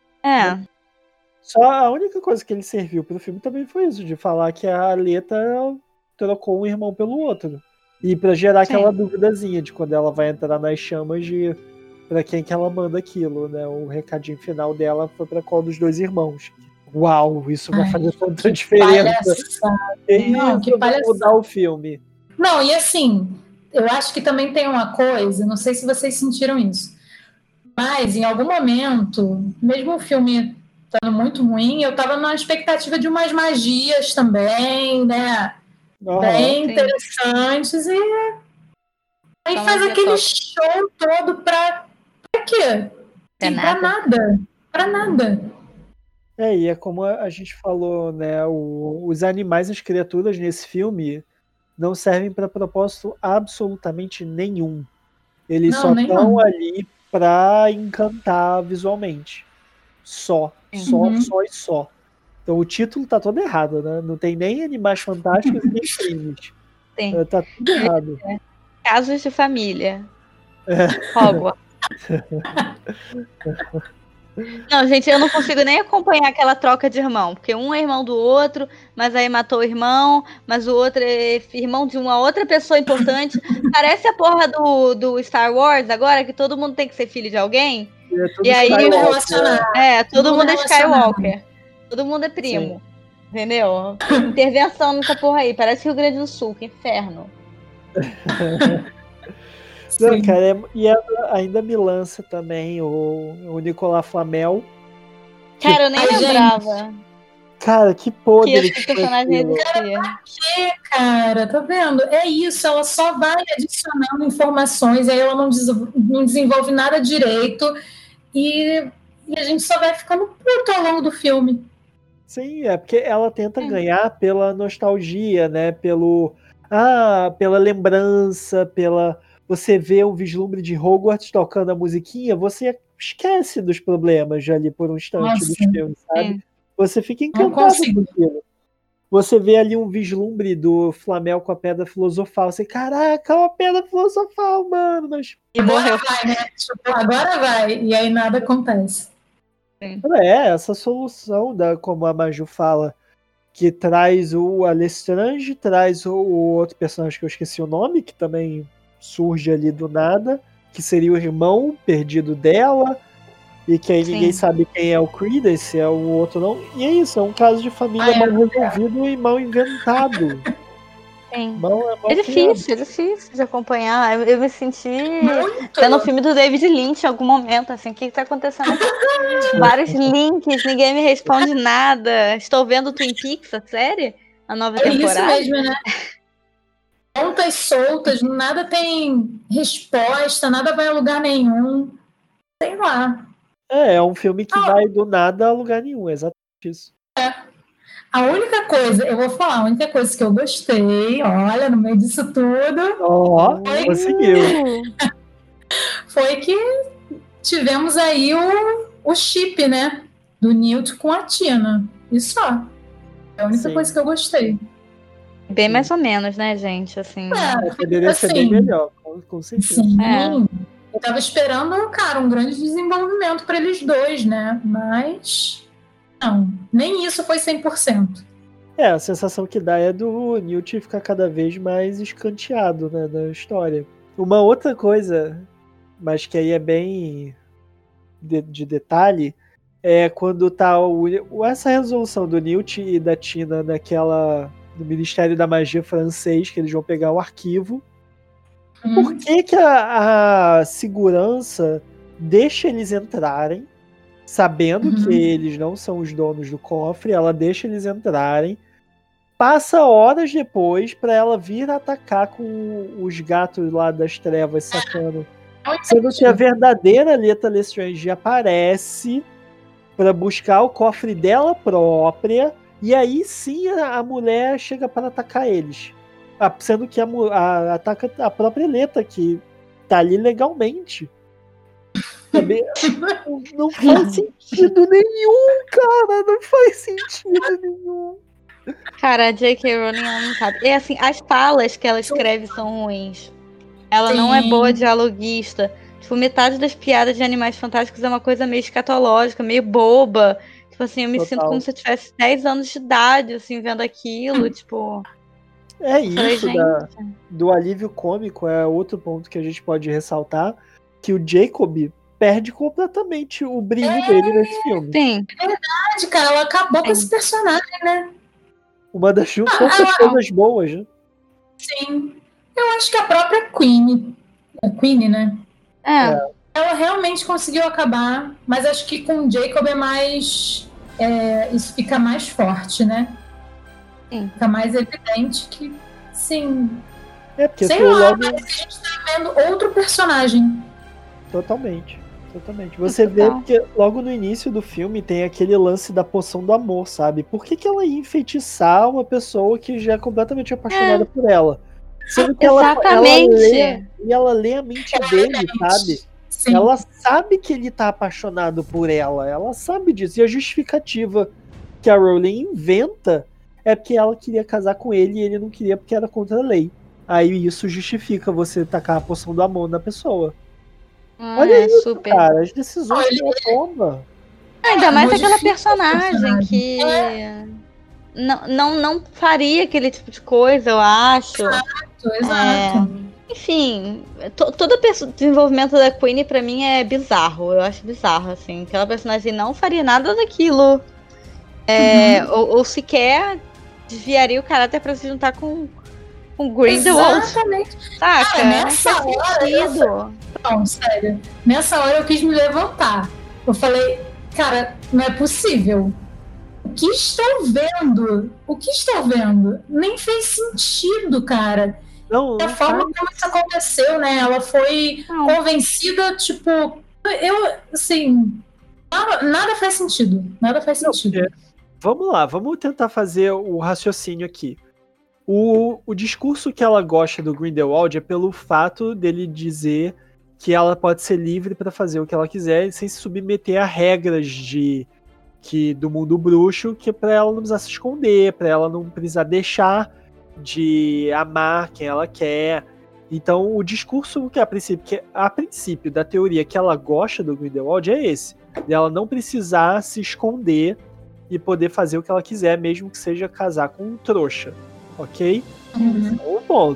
Só a única coisa que ele serviu pro filme também foi isso, de falar que a Leta trocou um irmão pelo outro. E pra gerar aquela duvidazinha de quando ela vai entrar nas chamas de pra quem que ela manda aquilo, né? O recadinho final dela foi pra qual dos dois irmãos. Uau, isso vai fazer tanta diferença. Que vai mudar o filme. Não, e assim, eu acho que também tem uma coisa, não sei se vocês sentiram isso, mas em algum momento, mesmo o filme estando muito ruim, eu tava na expectativa de umas magias também, né? Bem interessantes, e aí faz aquele show todo pra quê? Pra nada. Pra nada. E é como a gente falou, né? Os animais, as criaturas nesse filme não servem para propósito absolutamente nenhum. Eles só estão ali para encantar visualmente. Só. Então o título tá todo errado, né? Não tem nem Animais Fantásticos e nem crimes. Tá tudo errado. Casos de família. Hogwarts. Não, gente, eu não consigo nem acompanhar aquela troca de irmão, porque um é irmão do outro, mas aí matou o irmão, mas o outro é irmão de uma outra pessoa importante. Parece a porra do Star Wars agora, que todo mundo tem que ser filho de alguém. E aí todo mundo é Skywalker. Todo mundo é primo. Sim. Entendeu? Intervenção nessa porra aí. Parece Rio Grande do Sul, que inferno. Não, cara, e ainda me lança também o Nicolas Flamel. Cara, eu nem lembrava. Cara, que podre que personagem existia. Cara, tá vendo? É isso, ela só vai adicionando informações, aí ela não desenvolve nada direito, e a gente só vai ficando puto ao longo do filme. Sim, é porque ela tenta ganhar pela nostalgia, né? Pela lembrança, você vê um vislumbre de Hogwarts tocando a musiquinha, você esquece dos problemas ali por um instante dos filmes, sabe? Você fica encantado com aquilo. Você vê ali um vislumbre do Flamel com a Pedra Filosofal. Você, caraca, uma Pedra Filosofal, mano. Mas... Agora vai, né? Agora vai. E aí nada acontece. Essa solução, como a Maju fala, que traz o Lestrange, traz o outro personagem que eu esqueci o nome, que também surge ali do nada, que seria o irmão perdido dela, e que aí ninguém sabe quem é o Credence, é o outro não. E é isso, é um caso de família mal resolvido e mal inventado. Sim. É difícil de acompanhar. Eu me senti vendo o filme do David Lynch em algum momento, assim, o que tá acontecendo aqui? Vários links, ninguém me responde nada. Estou vendo Twin Peaks, a série? A nova temporada. Isso mesmo, né? Pontas soltas, nada tem resposta, nada vai a lugar nenhum. Sei lá. É um filme que vai do nada a lugar nenhum, exatamente isso. A única coisa, eu vou falar, a única coisa que eu gostei, olha, no meio disso tudo. Conseguiu. Foi que tivemos aí o chip, né? Do Newt com a Tina. E só. É a única coisa que eu gostei. Bem mais ou menos, né, gente? Assim, poderia ser bem melhor, com certeza. Sim. Eu tava esperando, cara, um grande desenvolvimento para eles dois, né? Mas não, nem isso foi 100%. A sensação que dá é do Newt ficar cada vez mais escanteado, né, na história. Uma outra coisa, mas que aí é bem de detalhe, é quando tá essa resolução do Newt e da Tina do Ministério da Magia francês, que eles vão pegar o arquivo. Por que a segurança deixa eles entrarem, sabendo que eles não são os donos do cofre? Ela deixa eles entrarem, passa horas depois para ela vir atacar com os gatos lá das trevas sacando. Sendo que a verdadeira Aletha Lestrange aparece para buscar o cofre dela própria, e aí sim a mulher chega para atacar eles. Sendo que ataca a própria Aletha, que tá ali legalmente. Não faz sentido nenhum, cara. Não faz sentido nenhum. Cara, a J.K. Rowling, ela não sabe. E assim, as falas que ela escreve são ruins. Ela não é boa dialoguista. Tipo, metade das piadas de Animais Fantásticos é uma coisa meio escatológica, meio boba. Tipo assim, eu me sinto como se eu tivesse 10 anos de idade, assim, vendo aquilo, tipo... É isso, do alívio cômico é outro ponto que a gente pode ressaltar, que o Jacob perde completamente o brilho dele nesse filme. Sim. É verdade, cara, ela acabou com esse personagem, né? Uma das poucas coisas boas, né? Sim. Eu acho que a própria Queen, né? Ela realmente conseguiu acabar, mas acho que com o Jacob é mais... isso fica mais forte, né? Sim. Fica mais evidente que, sim... porque sei lá, parece que a gente tá vendo outro personagem. Totalmente. Você vê que logo no início do filme tem aquele lance da poção do amor, sabe? Por que ela ia enfeitiçar uma pessoa que já é completamente apaixonada por ela? Sendo que ela lê a mente dele, sabe? Sim. Ela sabe que ele tá apaixonado por ela. Ela sabe disso. E a justificativa que a Rowling inventa é porque ela queria casar com ele e ele não queria porque era contra a lei. Aí isso justifica você tacar a poção do amor na pessoa. Olha isso, super. Cara, as decisões que ela toma. Ainda mais aquela personagem que não faria aquele tipo de coisa, eu acho. Exato. Enfim, todo o desenvolvimento da Queen pra mim é bizarro. Eu acho bizarro, assim. Aquela personagem não faria nada daquilo. Ou sequer desviaria o caráter pra se juntar com Grindelwald. Exatamente. Saca? Nessa hora... Não, sério. Nessa hora eu quis me levantar. Eu falei, cara, não é possível. O que estou vendo? Nem fez sentido, cara. Da forma como isso aconteceu, né? Ela foi convencida, tipo... nada faz sentido. Vamos lá, vamos tentar fazer o raciocínio aqui. O discurso que ela gosta do Grindelwald é pelo fato dele dizer que ela pode ser livre para fazer o que ela quiser sem se submeter a regras do mundo bruxo, que é para ela não precisar se esconder, para ela não precisar deixar de amar quem ela quer. Então o discurso que a princípio da teoria que ela gosta do Grindelwald é esse, dela não precisar se esconder e poder fazer o que ela quiser, mesmo que seja casar com um trouxa. Ok? Um ponto.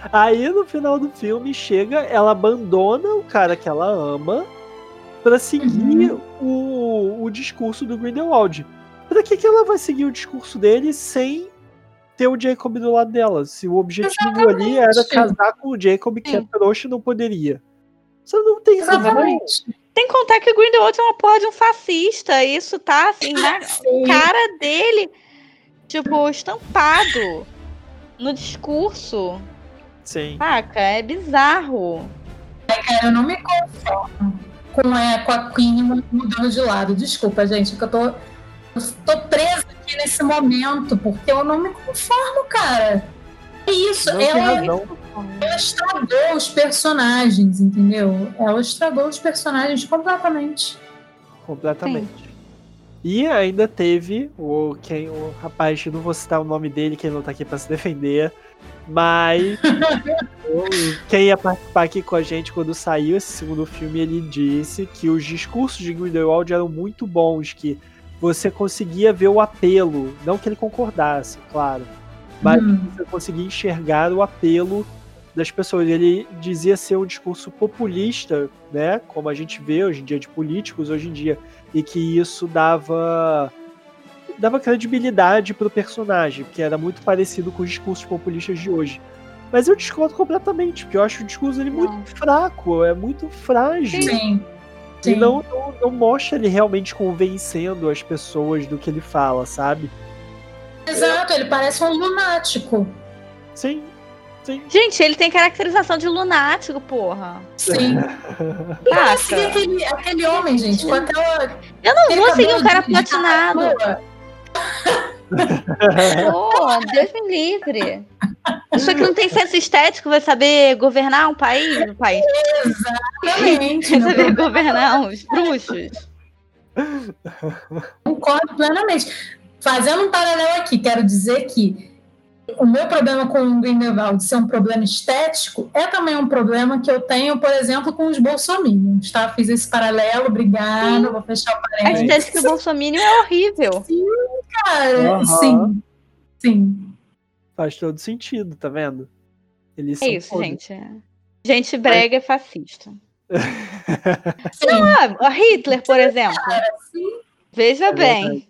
Aí no final do filme ela abandona o cara que ela ama pra seguir o discurso do Grindelwald. Pra que ela vai seguir o discurso dele sem ter o Jacob do lado dela? Se o objetivo ali era casar com o Jacob, que é trouxa, não poderia. Você não tem Exatamente. Tem que contar que o Grindelwald é uma porra de um fascista. Isso tá, assim, na cara dele, tipo, estampado no discurso. Sim. Saca? É bizarro. Cara, eu não me conformo com a Queen mudando de lado. Desculpa, gente, que eu tô presa aqui nesse momento, porque eu não me conformo, cara. É isso, ela estragou os personagens, entendeu? Ela estragou os personagens completamente. Completamente. Sim. E ainda teve o rapaz, não vou citar o nome dele, que ele não tá aqui pra se defender, mas quem ia participar aqui com a gente quando saiu esse segundo filme, ele disse que os discursos de Grindelwald eram muito bons, que você conseguia ver o apelo, não que ele concordasse, claro, mas você conseguia enxergar o apelo das pessoas. Ele dizia ser um discurso populista, né, como a gente vê hoje em dia de políticos hoje em dia, e que isso dava credibilidade pro personagem, que era muito parecido com os discursos populistas de hoje. Mas eu discordo completamente, porque eu acho o discurso dele muito fraco, é muito frágil. Sim. E não mostra ele realmente convencendo as pessoas do que ele fala, sabe? Exato, ele parece um lunático. Sim. Gente, ele tem caracterização de lunático, porra. Sim. Eu segui aquele homem, gente, com aquela... Eu não vou seguir um cara platinado. Deus me livre. Isso aqui não tem senso estético, vai saber governar um país? Exatamente. Vai saber governar uns bruxos. Concordo plenamente. Fazendo um paralelo aqui, quero dizer que o meu problema com o Grindelwald ser um problema estético é também um problema que eu tenho, por exemplo, com os bolsominions, tá? Fiz esse paralelo, obrigada, vou fechar o parênteses. A estética do bolsominion é horrível. Sim, cara, sim. Faz todo sentido, tá vendo? Eles isso, gente. Gente brega é fascista. Não, Hitler, por exemplo. Veja bem.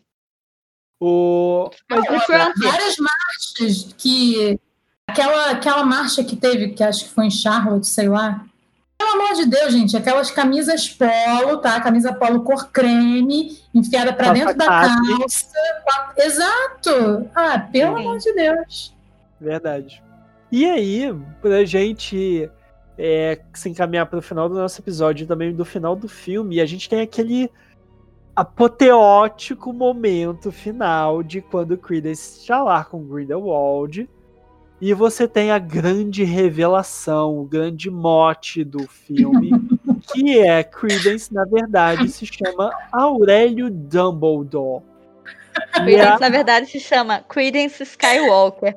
Várias marchas que... Aquela marcha que teve, que acho que foi em Charlotte, sei lá. Pelo amor de Deus, gente, aquelas camisas polo, tá? Camisa polo cor creme, enfiada pra dentro da calça. Exato! Pelo amor de Deus. Verdade. E aí, pra gente se encaminhar pro final do nosso episódio e também do final do filme, a gente tem aquele apoteótico momento final de quando Credence está lá com Grindelwald e você tem a grande revelação, o grande mote do filme, que é Credence, na verdade, se chama Aurélio Dumbledore. Credence, na verdade, se chama Credence Skywalker.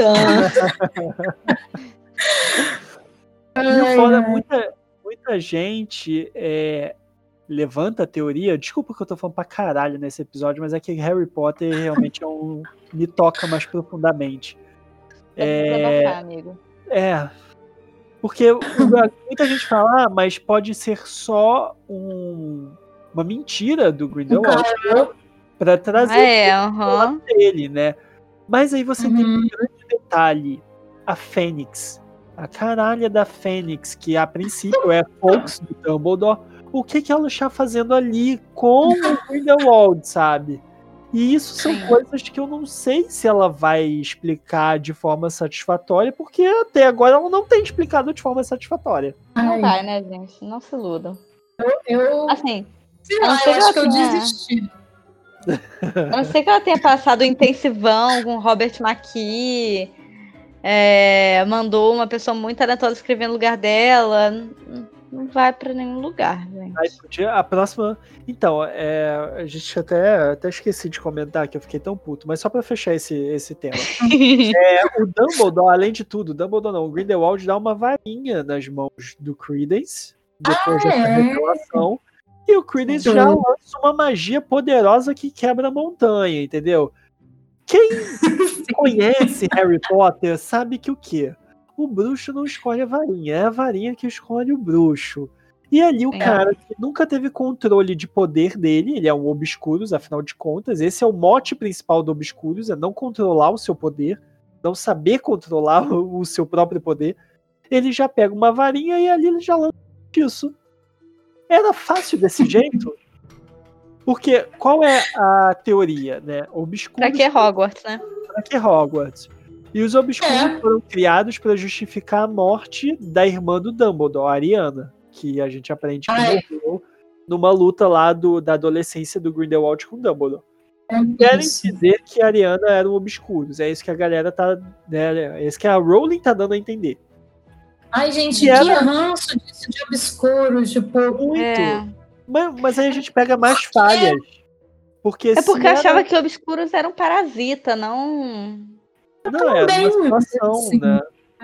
E fora, muita gente levanta a teoria, desculpa que eu tô falando pra caralho nesse episódio, mas é que Harry Potter realmente me toca mais profundamente. Amigo. Porque muita gente fala, mas pode ser só uma mentira do Grindelwald pra trazer o lado dele, né? Mas aí você tem um grande detalhe, a Fênix, a caralha da Fênix, que a princípio é Fawkes do Dumbledore, o que ela está fazendo ali com o Grindelwald, sabe? E isso são coisas que eu não sei se ela vai explicar de forma satisfatória, porque até agora ela não tem explicado de forma satisfatória. Não vai, né, gente? Não se iludam. Assim, eu acho que eu desisti. A não ser que ela tenha passado o intensivão com Robert McKee, mandou uma pessoa muito talentosa escrever no lugar dela. Não vai pra nenhum lugar, gente. A próxima... Então, a gente até esqueci de comentar que eu fiquei tão puto, mas só pra fechar esse tema. O Dumbledore, além de tudo, o Grindelwald dá uma varinha nas mãos do Credence, depois dessa revelação, e o Credence já lança uma magia poderosa que quebra a montanha, entendeu? Quem conhece Harry Potter sabe que o quê? o bruxo não escolhe a varinha, é a varinha que escolhe o bruxo. E ali o cara que nunca teve controle de poder dele, ele é um Obscurus, afinal de contas, esse é o mote principal do Obscurus, é não controlar o seu poder, não saber controlar o seu próprio poder. Ele já pega uma varinha e ali ele já lança isso. Era fácil desse jeito? Porque qual é a teoria, né? Obscurus. Pra que Hogwarts, né? Pra que Hogwarts? E os Obscuros foram criados para justificar a morte da irmã do Dumbledore, a Ariana, que a gente aprende que morreu numa luta lá da adolescência do Grindelwald com o Dumbledore. Querem dizer que a Ariana era um Obscuros. É isso que a galera tá... Né, é isso que a Rowling tá dando a entender. Ai, gente, que ranço disso de Obscuros, tipo... Muito. Mas aí a gente pega mais falhas. Porque porque eu achava que Obscuros era um parasita, não... Não, é uma situação, assim. né?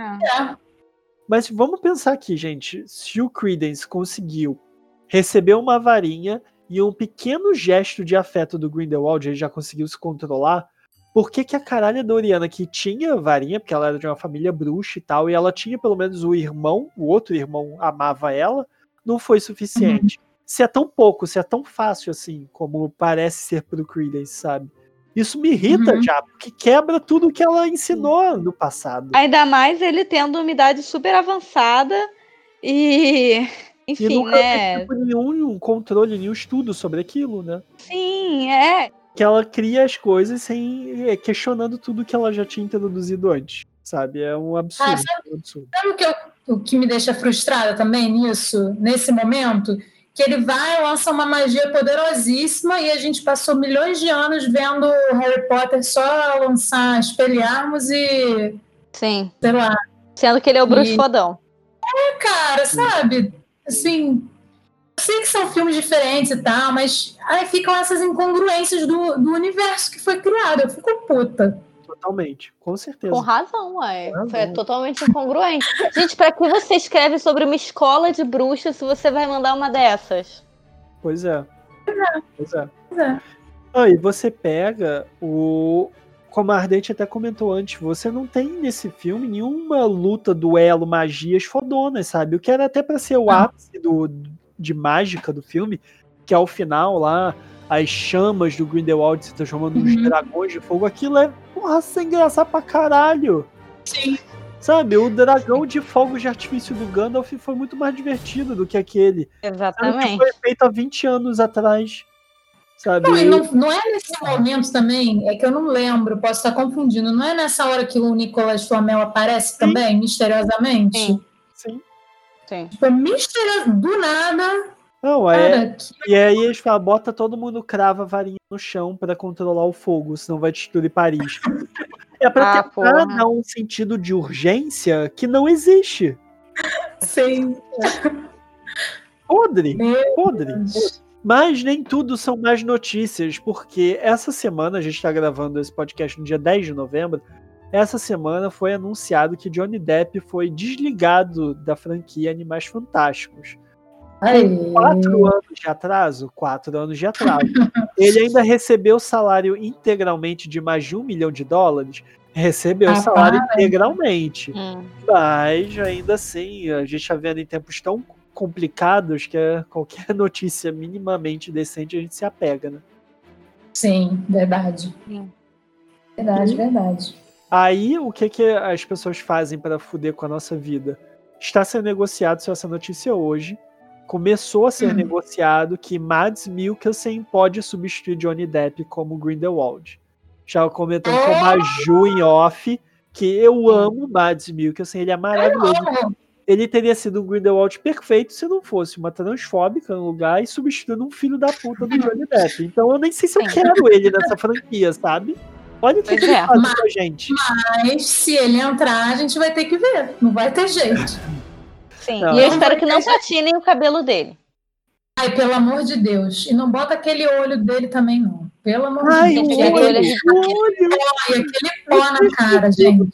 Mas vamos pensar aqui, gente. Se o Credence conseguiu receber uma varinha e um pequeno gesto de afeto do Grindelwald, ele já conseguiu se controlar, por que a caralha da Oriana, que tinha varinha, porque ela era de uma família bruxa e tal, e ela tinha pelo menos o outro irmão amava ela, não foi suficiente? Se é tão pouco, se é tão fácil assim, como parece ser pro Credence, sabe? Isso me irrita já, porque quebra tudo que ela ensinou no passado. Ainda mais ele tendo uma idade super avançada e... Enfim, e nunca teve nenhum controle, nenhum estudo sobre aquilo, né? Sim, Que ela cria as coisas sem questionando tudo que ela já tinha introduzido antes, sabe? É um absurdo. Sabe o que me deixa frustrada também nisso, nesse momento? Que ele vai e lança uma magia poderosíssima e a gente passou milhões de anos vendo Harry Potter só lançar Expelliarmus e... Sim. Sei lá. Sendo que ele é o bruxo fodão. Cara, sabe? Assim, eu sei que são filmes diferentes e tal, mas aí ficam essas incongruências do universo que foi criado. Eu fico puta. Totalmente, com certeza. Com razão, Foi totalmente incongruente. Gente, pra que você escreve sobre uma escola de bruxas se você vai mandar uma dessas? Pois é. Aí você pega como a Ardente até comentou antes, você não tem nesse filme nenhuma luta, duelo, magias fodonas, sabe? O que era até pra ser o ápice de mágica do filme, que ao final lá, as chamas do Grindelwald se transformando nos dragões de fogo, aquilo é, porra, sem engraçado pra caralho. Sim. Sabe, o dragão de fogos de artifício do Gandalf foi muito mais divertido do que aquele. Exatamente. Que foi feito há 20 anos atrás. Sabe? Não é nesse momento também, é que eu não lembro, posso estar confundindo, não é nessa hora que o Nicolas Flamel aparece também, misteriosamente? Sim. Tipo, do nada... Não, e aí eles falam, bota todo mundo crava a varinha no chão pra controlar o fogo, senão vai destruir Paris. É pra tentar dar um sentido de urgência que não existe. Sim. Podre. Mas nem tudo são más notícias, porque essa semana, a gente tá gravando esse podcast no dia 10 de novembro, essa semana foi anunciado que Johnny Depp foi desligado da franquia Animais Fantásticos. Com 4 anos de atraso, ele ainda recebeu o salário integralmente de mais de $1 milhão, recebeu o salário integralmente. Mas ainda assim, a gente está vendo em tempos tão complicados que qualquer notícia minimamente decente a gente se apega, né? Sim, verdade. Verdade. Aí, o que as pessoas fazem para fuder com a nossa vida? Está sendo negociado essa notícia hoje. Começou a ser negociado que Mads Mikkelsen pode substituir Johnny Depp como Grindelwald. Já comentando com a Ju em off, que eu amo Mads Mikkelsen, ele é maravilhoso. Ele teria sido um Grindelwald perfeito se não fosse uma transfóbica no lugar e substituindo um filho da puta do Johnny Depp. Então eu nem sei se eu quero ele nessa franquia, sabe? Olha o que ele faz com a gente. Mas se ele entrar, a gente vai ter que ver. Não vai ter jeito. Sim, e eu espero que não patinem o cabelo dele. Ai, pelo amor de Deus. E não bota aquele olho dele também, não. Pelo amor de Deus. Aquele pó na cara, gente.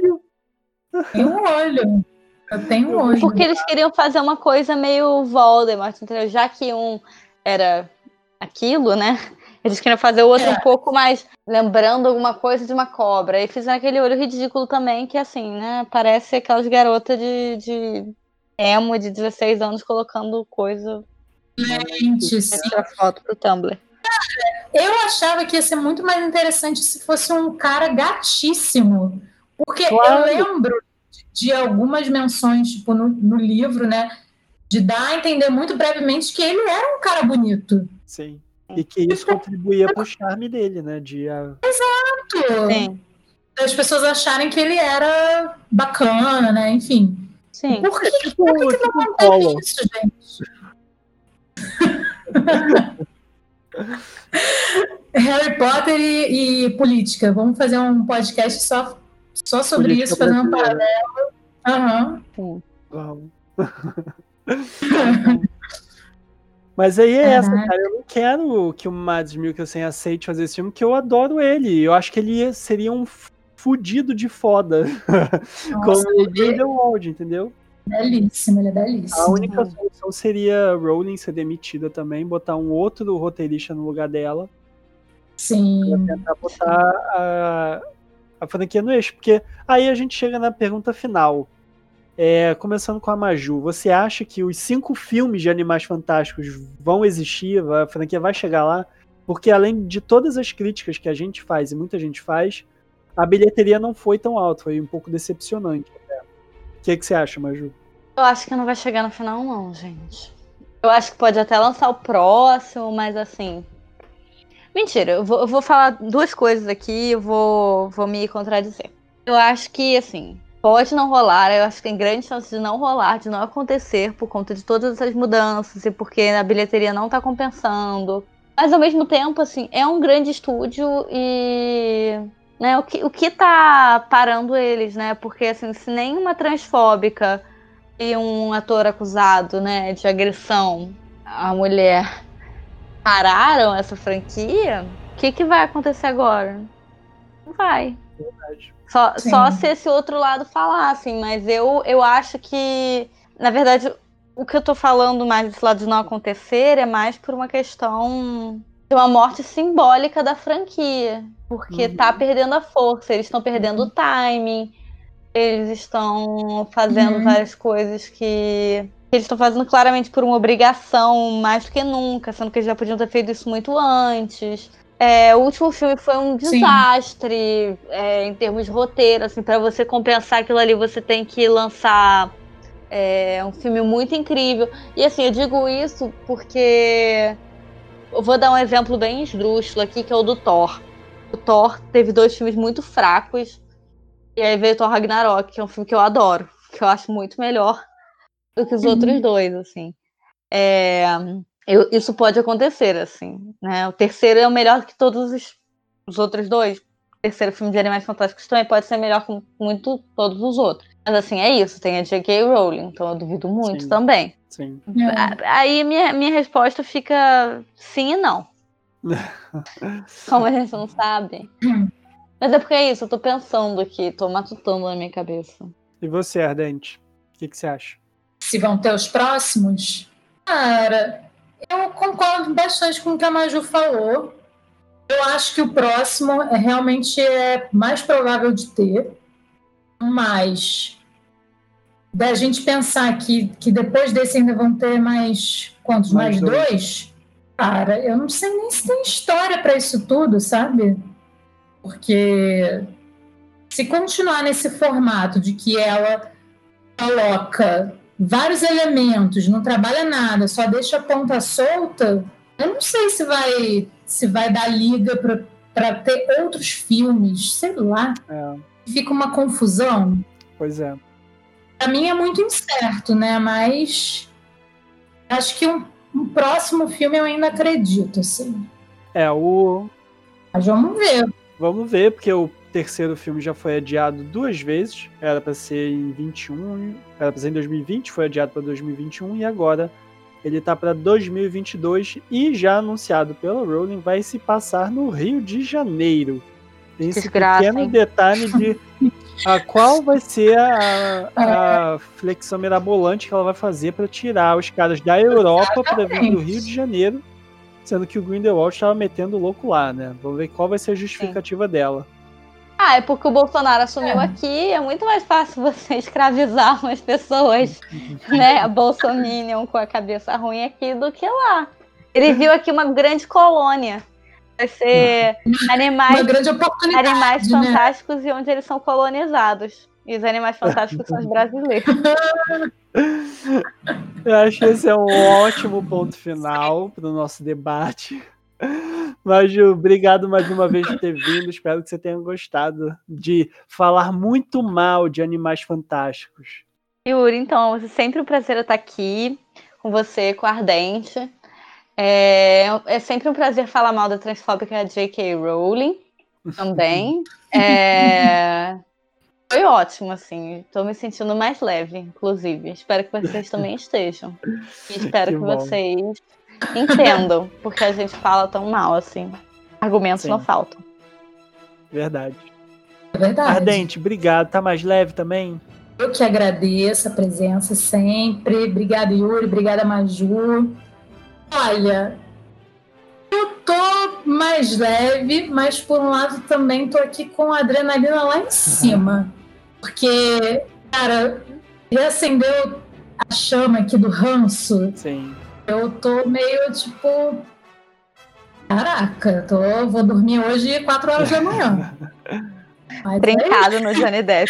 Tem um olho. Eu tenho um olho. Porque eles queriam fazer uma coisa meio Voldemort, entendeu? Já que um era aquilo, né? Eles queriam fazer o outro um pouco mais lembrando alguma coisa de uma cobra. E fizeram aquele olho ridículo também, que assim, né? Parece aquelas garotas de emo de 16 anos colocando coisa. Gente, sim. Tirar foto pro Tumblr. Eu achava que ia ser muito mais interessante se fosse um cara gatíssimo. Porque eu lembro de algumas menções, tipo, no livro, né? De dar a entender muito brevemente que ele era um cara bonito. Sim. E que isso contribuía pro charme dele, né? Exato! Sim. As pessoas acharem que ele era bacana, né? Enfim. Sim. Por que Tipo não acontece isso, gente? Harry Potter e política. Vamos fazer um podcast só sobre política isso, fazendo um brasileira. paralelo. Vamos. Mas aí é essa, cara. Eu não quero que o Mads Mikkelsen aceite fazer esse filme, porque eu adoro ele. Eu acho que ele seria um fudido de foda. Nossa, como o Grindelwald, entendeu? Belíssimo, ele é belíssimo. A única solução seria Rowling ser demitida também, botar um outro roteirista no lugar dela. Sim. Pra tentar botar a franquia no eixo. Porque aí a gente chega na pergunta final. Começando com a Maju, você acha que os 5 filmes de Animais Fantásticos vão existir? A franquia vai chegar lá? Porque além de todas as críticas que a gente faz e muita gente faz, a bilheteria não foi tão alta, foi um pouco decepcionante. O que você acha, Maju? Eu acho que não vai chegar no final, não, gente. Eu acho que pode até lançar o próximo, mas assim... Mentira, eu vou falar 2 coisas aqui e eu vou me contradizer. Eu acho que, assim... Pode não rolar, eu acho que tem grande chance de não rolar, de não acontecer por conta de todas essas mudanças e porque a bilheteria não tá compensando. Mas ao mesmo tempo, assim, é um grande estúdio e... Né, o que tá parando eles, né? Porque, assim, se nenhuma transfóbica e um ator acusado, né, de agressão à mulher pararam essa franquia, o que vai acontecer agora? Não vai. Verdade. Só se esse outro lado falar, assim, mas eu acho que, na verdade, o que eu tô falando mais desse lado de não acontecer é mais por uma questão de uma morte simbólica da franquia, porque tá perdendo a força, eles estão perdendo o timing, eles estão fazendo várias coisas que eles estão fazendo claramente por uma obrigação mais do que nunca, sendo que eles já podiam ter feito isso muito antes. O último filme foi um desastre em termos de roteiro, assim, para você compensar aquilo ali você tem que lançar um filme muito incrível. E assim, eu digo isso porque eu vou dar um exemplo bem esdrúxulo aqui, que é o do Thor. O Thor teve 2 filmes muito fracos, e aí veio o Thor Ragnarok, que é um filme que eu adoro, que eu acho muito melhor do que os outros 2, assim. Isso pode acontecer, assim, né? O terceiro é o melhor que todos os outros 2. O terceiro filme de Animais Fantásticos também pode ser melhor que muito todos os outros. Mas, assim, é isso. Tem a J.K. Rowling, então eu duvido muito também. Sim. Aí minha resposta fica sim e não. Como a gente não sabe. Mas é porque é isso, eu tô pensando aqui, tô matutando na minha cabeça. E você, Ardente? O que você acha? Se vão ter os próximos? Cara, eu concordo bastante com o que a Maju falou. Eu acho que o próximo realmente é mais provável de ter. Mas da gente pensar que depois desse ainda vão ter mais... Quantos? Mais 2? Cara, eu não sei nem se tem história para isso tudo, sabe? Porque se continuar nesse formato de que ela coloca vários elementos, não trabalha nada, só deixa a ponta solta, eu não sei se vai dar liga para ter outros filmes, sei lá. Fica uma confusão. Pois é. Para mim é muito incerto, né? Mas acho que um próximo filme eu ainda acredito, assim. Mas vamos ver. Vamos ver, porque o terceiro filme já foi adiado 2 vezes. Era para ser em 21, era para ser em 2020, foi adiado para 2021 e agora ele tá para 2022 e já anunciado pela Rowling vai se passar no Rio de Janeiro. Tem esse pequeno detalhe de qual vai ser a flexão mirabolante que ela vai fazer para tirar os caras da Europa para vir do Rio de Janeiro sendo que o Grindelwald estava metendo o louco lá, né? Vamos ver qual vai ser a justificativa dela. É porque o Bolsonaro assumiu aqui, é muito mais fácil você escravizar umas pessoas, né, a Bolsominion com a cabeça ruim aqui do que lá. Ele viu aqui uma grande colônia. Vai ser Uma grande oportunidade, animais né? fantásticos e onde eles são colonizados. E os animais fantásticos são os brasileiros. Eu acho que esse é um ótimo ponto final para o nosso debate. Mas, Ju, obrigado mais uma vez por ter vindo. Espero que você tenha gostado de falar muito mal de Animais Fantásticos. Yuri, então, é sempre um prazer estar aqui com você, com a Ardente. É sempre um prazer falar mal da transfóbica J.K. Rowling também. Foi ótimo, assim. Estou me sentindo mais leve, inclusive. Espero que vocês também estejam. E espero que vocês entendam, porque a gente fala tão mal, assim. Argumentos não faltam. Verdade. É verdade. Ardente, obrigado. Tá mais leve também? Eu que agradeço a presença sempre. Obrigada, Yuri. Obrigada, Maju. Olha, eu tô mais leve, mas por um lado também tô aqui com a adrenalina lá em cima. Porque, cara, reacendeu a chama aqui do ranço. Sim. Eu tô meio tipo... Caraca, vou dormir hoje 4 horas da manhã. Mas Trincado no Johnny Depp.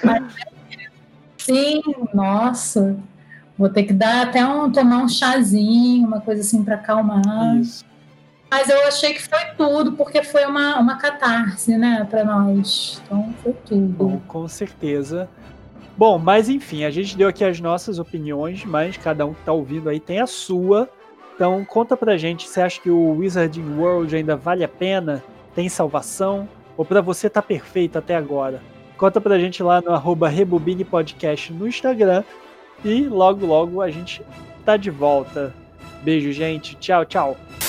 Sim, nossa. Vou ter que dar até tomar um chazinho, uma coisa assim para acalmar. Isso. Mas eu achei que foi tudo, porque foi uma catarse, né, para nós. Então foi tudo. Bom, com certeza. Bom, mas enfim, a gente deu aqui as nossas opiniões, mas cada um que tá ouvindo aí tem a sua. Então conta pra gente, você acha que o Wizarding World ainda vale a pena? Tem salvação? Ou pra você tá perfeito até agora? Conta pra gente lá no @rebobinepodcast no Instagram. E logo, logo a gente tá de volta. Beijo, gente. Tchau, tchau.